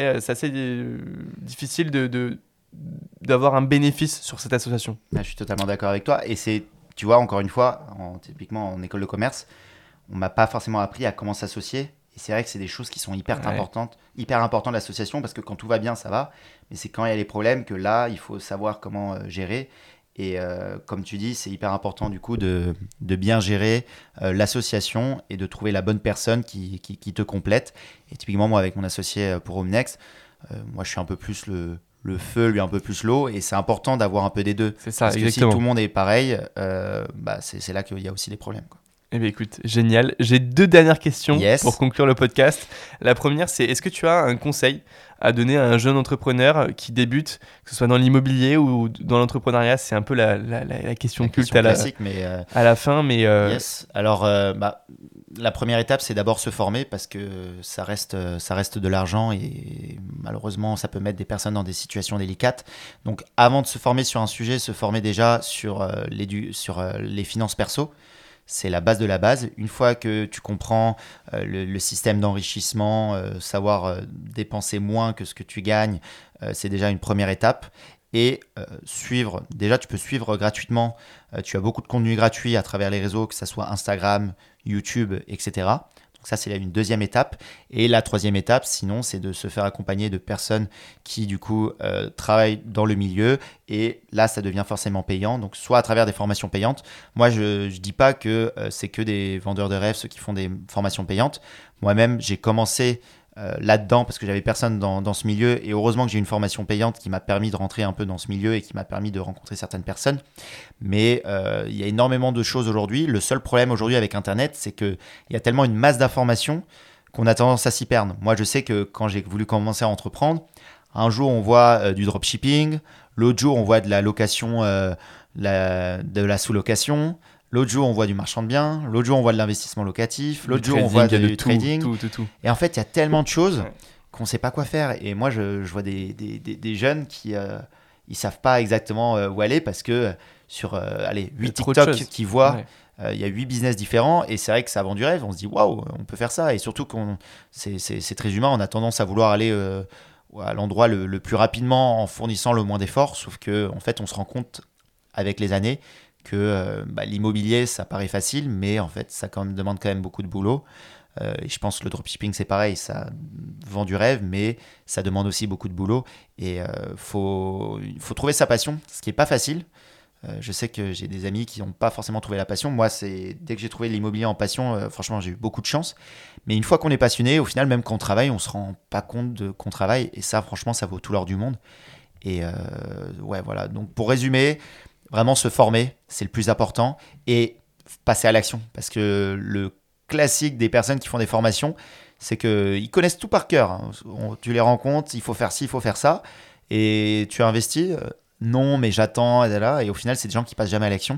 d'avoir un bénéfice sur cette association. Je suis totalement d'accord avec toi. Et c'est, tu vois, encore une fois, typiquement en école de commerce, on m'a pas forcément appris à comment s'associer. Et c'est vrai que c'est des choses qui sont hyper importantes l'association, parce que quand tout va bien, ça va. Mais c'est quand il y a les problèmes que là, il faut savoir comment gérer. Et comme tu dis, c'est hyper important du coup de bien gérer l'association et de trouver la bonne personne qui te complète. Et typiquement, moi, avec mon associé pour Homenext, moi, je suis un peu plus le feu, lui un peu plus l'eau. Et c'est important d'avoir un peu des deux. C'est ça, parce exactement. que si tout le monde est pareil, c'est là qu'il y a aussi des problèmes, quoi. Eh bien écoute, génial. J'ai 2 dernières questions Yes. pour conclure le podcast. La première, c'est est-ce que tu as un conseil à donner à un jeune entrepreneur qui débute, que ce soit dans l'immobilier ou dans l'entrepreneuriat? C'est un peu la question culte Question classique, mais à la fin. Mais yes. Alors, la première étape, c'est d'abord se former parce que ça reste de l'argent et malheureusement, ça peut mettre des personnes dans des situations délicates. Donc, avant de se former sur un sujet, se former déjà sur les finances perso. C'est la base de la base. Une fois que tu comprends le système d'enrichissement, savoir dépenser moins que ce que tu gagnes, c'est déjà une première étape. Et suivre, déjà tu peux suivre gratuitement, tu as beaucoup de contenu gratuit à travers les réseaux, que ce soit Instagram, YouTube, etc. Donc ça, c'est une deuxième étape. Et la troisième étape, sinon, c'est de se faire accompagner de personnes qui, du coup, travaillent dans le milieu. Et là, ça devient forcément payant. Donc, soit à travers des formations payantes. Moi, je ne dis pas que c'est que des vendeurs de rêves, ceux qui font des formations payantes. Moi-même, j'ai commencé là-dedans parce que j'avais personne dans ce milieu. Et heureusement que j'ai une formation payante qui m'a permis de rentrer un peu dans ce milieu et qui m'a permis de rencontrer certaines personnes. Mais il y a énormément de choses aujourd'hui. Le seul problème aujourd'hui avec Internet, c'est qu'il y a tellement une masse d'informations qu'on a tendance à s'y perdre. Moi, je sais que quand j'ai voulu commencer à entreprendre, un jour, on voit du dropshipping. L'autre jour, on voit de la location, de la sous-location. L'autre jour, on voit du marchand de biens. L'autre jour, on voit de l'investissement locatif. L'autre jour, on voit du trading. Tout. Et en fait, il y a tellement de choses qu'on ne sait pas quoi faire. Et moi, je vois des jeunes qui ils savent pas exactement où aller parce que sur 8 TikTok qu'ils voient, il y a 8 business différents. Et c'est vrai que ça vend du rêve. On se dit, waouh, on peut faire ça. Et surtout, c'est très humain. On a tendance à vouloir aller à l'endroit le plus rapidement en fournissant le moins d'efforts. Sauf qu'en fait, on se rend compte avec les années que l'immobilier, ça paraît facile, mais en fait, ça demande quand même beaucoup de boulot. Et je pense que le dropshipping, c'est pareil, ça vend du rêve, mais ça demande aussi beaucoup de boulot. Et il faut trouver sa passion, ce qui n'est pas facile. Je sais que j'ai des amis qui n'ont pas forcément trouvé la passion. Moi, dès que j'ai trouvé l'immobilier en passion, franchement, j'ai eu beaucoup de chance. Mais une fois qu'on est passionné, au final, même quand on travaille, on ne se rend pas compte qu'on travaille. Et ça, franchement, ça vaut tout l'or du monde. Et voilà. Donc, pour résumer, vraiment se former, c'est le plus important, et passer à l'action. Parce que le classique des personnes qui font des formations, c'est qu'ils connaissent tout par cœur. Tu les rencontres, il faut faire ci, il faut faire ça, et tu investis, non, mais j'attends, et au final, c'est des gens qui passent jamais à l'action.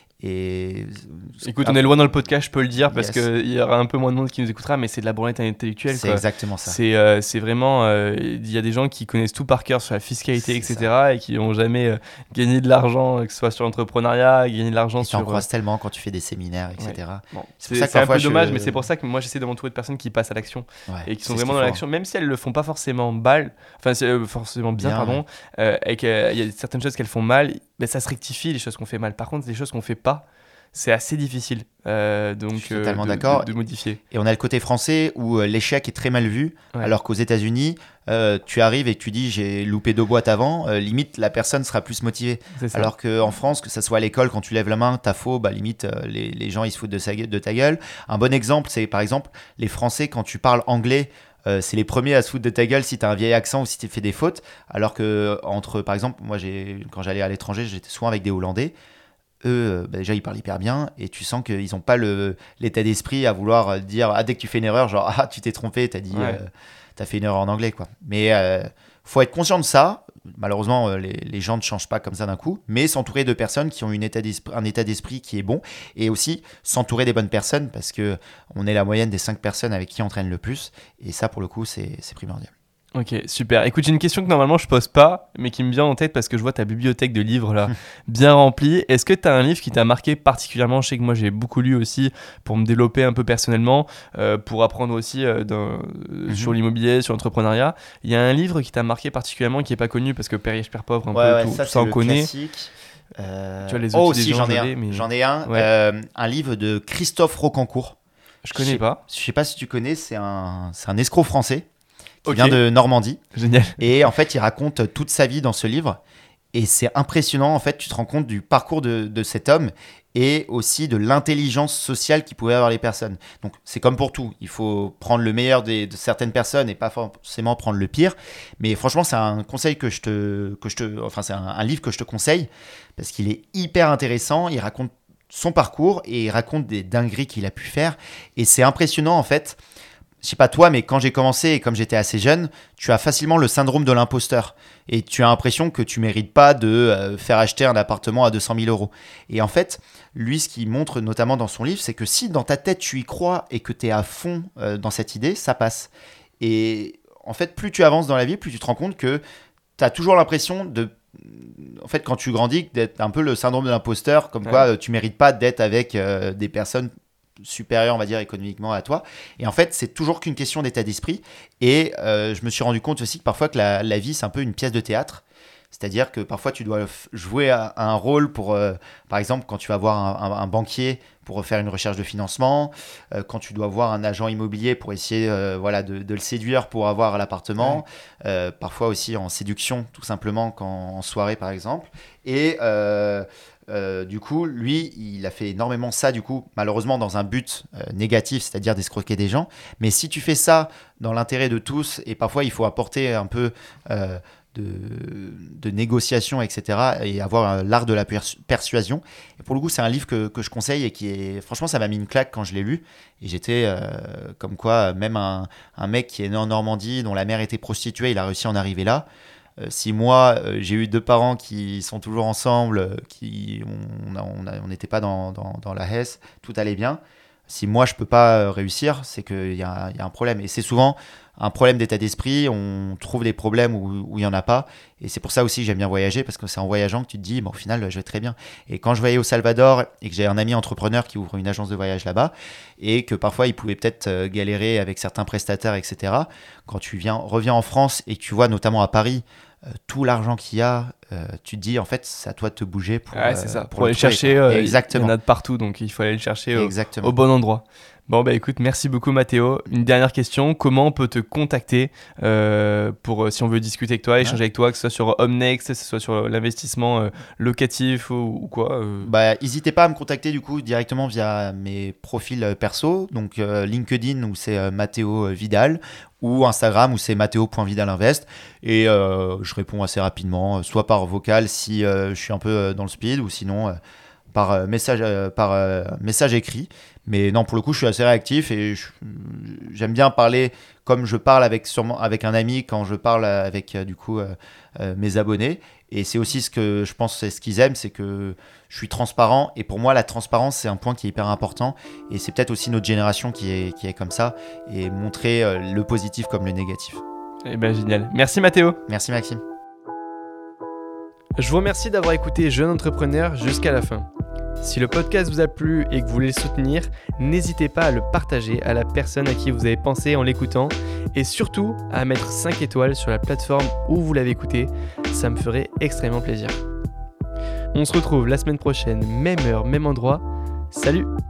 Et écoute, on est loin dans le podcast, je peux le dire, parce qu'il y aura un peu moins de monde qui nous écoutera, mais c'est de la branlette intellectuelle. C'est exactement ça. C'est vraiment, il y a des gens qui connaissent tout par cœur sur la fiscalité, etc., et qui n'ont jamais gagné de l'argent, que ce soit sur l'entrepreneuriat, gagné de l'argent sur... Tu en croises tellement quand tu fais des séminaires, etc. Ouais. Bon, c'est un peu dommage, mais c'est pour ça que moi j'essaie de m'entourer de personnes qui passent à l'action, et qui sont vraiment dans l'action, même si elles le font pas forcément forcément bien, pardon, et qu'il y a certaines choses qu'elles font mal, ça se rectifie les choses qu'on fait mal. Par contre, les choses qu'on fait pas, c'est assez difficile donc, je suis totalement d'accord. De modifier. Et on a le côté français où l'échec est très mal vu, alors qu'aux États-Unis, tu arrives et tu dis j'ai loupé 2 boîtes avant, limite la personne sera plus motivée. Alors qu'en France, que ça soit à l'école, quand tu lèves la main, t'as faux, limite les gens ils se foutent de ta gueule. Un bon exemple, c'est par exemple les Français, quand tu parles anglais, c'est les premiers à se foutre de ta gueule si tu as un vieil accent ou si tu fais des fautes. Alors que, par exemple, moi, quand j'allais à l'étranger, j'étais souvent avec des Hollandais. Eux, déjà, ils parlent hyper bien et tu sens qu'ils n'ont pas l'état d'esprit à vouloir dire dès que tu fais une erreur, genre tu t'es trompé, t'as fait une erreur en anglais, quoi. Mais faut être conscient de ça. Malheureusement, les gens ne changent pas comme ça d'un coup, mais s'entourer de personnes qui ont un état d'esprit qui est bon, et aussi s'entourer des bonnes personnes, parce qu'on est la moyenne des 5 personnes avec qui on traîne le plus, et ça, pour le coup, c'est primordial. Ok, super. Écoute, j'ai une question que normalement je pose pas, mais qui me vient en tête parce que je vois ta bibliothèque de livres là, bien remplie. Est-ce que tu as un livre qui t'a marqué particulièrement? Je sais que moi j'ai beaucoup lu aussi pour me développer un peu personnellement, pour apprendre aussi sur l'immobilier, sur l'entrepreneuriat. Il y a un livre qui t'a marqué particulièrement qui est pas connu parce que Père riche, Père pauvre, tout ça on connaît. Classique. Tu as les outils des gens, j'en ai un. Un livre de Christophe Rocancourt. Je connais pas. Je sais pas si tu connais, c'est un escroc français qui vient de Normandie. Génial. Et en fait, il raconte toute sa vie dans ce livre. Et c'est impressionnant, en fait, tu te rends compte du parcours de cet homme et aussi de l'intelligence sociale qu'il pouvait avoir les personnes. Donc, c'est comme pour tout. Il faut prendre le meilleur de certaines personnes et pas forcément prendre le pire. Mais franchement, c'est un conseil enfin, c'est un livre que je te conseille parce qu'il est hyper intéressant. Il raconte son parcours et il raconte des dingueries qu'il a pu faire. Et c'est impressionnant, en fait. Je sais pas toi, mais quand j'ai commencé et comme j'étais assez jeune, tu as facilement le syndrome de l'imposteur. Et tu as l'impression que tu mérites pas de faire acheter un appartement à 200 000 euros. Et en fait, lui, ce qu'il montre notamment dans son livre, c'est que si dans ta tête tu y crois et que tu es à fond dans cette idée, ça passe. Et en fait, plus tu avances dans la vie, plus tu te rends compte que tu as toujours l'impression en fait, quand tu grandis, d'être un peu le syndrome de l'imposteur, comme quoi tu mérites pas d'être avec des personnes supérieur, on va dire, économiquement à toi. Et en fait, c'est toujours qu'une question d'état d'esprit. Et je me suis rendu compte aussi que parfois que la vie, c'est un peu une pièce de théâtre. C'est-à-dire que parfois, tu dois jouer un rôle pour, par exemple, quand tu vas voir un banquier pour faire une recherche de financement, quand tu dois voir un agent immobilier pour essayer de le séduire pour avoir l'appartement, parfois aussi en séduction, tout simplement, en soirée, par exemple. Et du coup, lui, il a fait énormément ça, du coup, malheureusement dans un but négatif, c'est-à-dire d'escroquer des gens. Mais si tu fais ça dans l'intérêt de tous, et parfois il faut apporter un peu de négociation, etc., et avoir l'art de la persuasion. Et pour le coup, c'est un livre que je conseille et qui est, franchement, ça m'a mis une claque quand je l'ai lu. Et j'étais comme quoi, même un mec qui est né en Normandie, dont la mère était prostituée, il a réussi à en arriver là. Si moi, j'ai eu 2 parents qui sont toujours ensemble, on n'était pas dans la Hesse, tout allait bien. Si moi, je peux pas réussir, c'est qu'il y a un problème. Et c'est souvent un problème d'état d'esprit. On trouve des problèmes où il n'y en a pas. Et c'est pour ça aussi que j'aime bien voyager, parce que c'est en voyageant que tu te dis, au final, je vais très bien. Et quand je voyais au Salvador et que j'ai un ami entrepreneur qui ouvre une agence de voyage là-bas, et que parfois il pouvait peut-être galérer avec certains prestataires, etc., quand tu reviens en France et que tu vois notamment à Paris, tout l'argent qu'il y a, tu te dis en fait c'est à toi de te bouger pour, c'est ça. pour aller le trouver, chercher, exactement. il y en a de partout, donc il faut aller le chercher Exactement. au bon endroit. Bon bah écoute, merci beaucoup Mathéo. Une dernière question, comment on peut te contacter pour si on veut discuter avec toi, échanger avec toi, que ce soit sur HomeNext, que ce soit sur l'investissement locatif ou quoi N'hésitez pas à me contacter du coup directement via mes profils perso, donc LinkedIn où c'est Mathéo Vidal, ou Instagram où c'est matteo.vidalinvest, et je réponds assez rapidement, soit par vocal si je suis un peu dans le speed, ou sinon par message écrit. Mais non, pour le coup, je suis assez réactif et j'aime bien parler comme je parle avec un ami quand je parle avec mes abonnés. Et c'est aussi ce que je pense, c'est ce qu'ils aiment, c'est que je suis transparent. Et pour moi, la transparence, c'est un point qui est hyper important. Et c'est peut-être aussi notre génération qui est comme ça, et montrer le positif comme le négatif. Eh ben génial. Merci Mathéo. Merci Maxime. Je vous remercie d'avoir écouté Jeune Entrepreneur jusqu'à la fin. Si le podcast vous a plu et que vous voulez le soutenir, n'hésitez pas à le partager à la personne à qui vous avez pensé en l'écoutant, et surtout à mettre 5 étoiles sur la plateforme où vous l'avez écouté, ça me ferait extrêmement plaisir. On se retrouve la semaine prochaine, même heure, même endroit. Salut!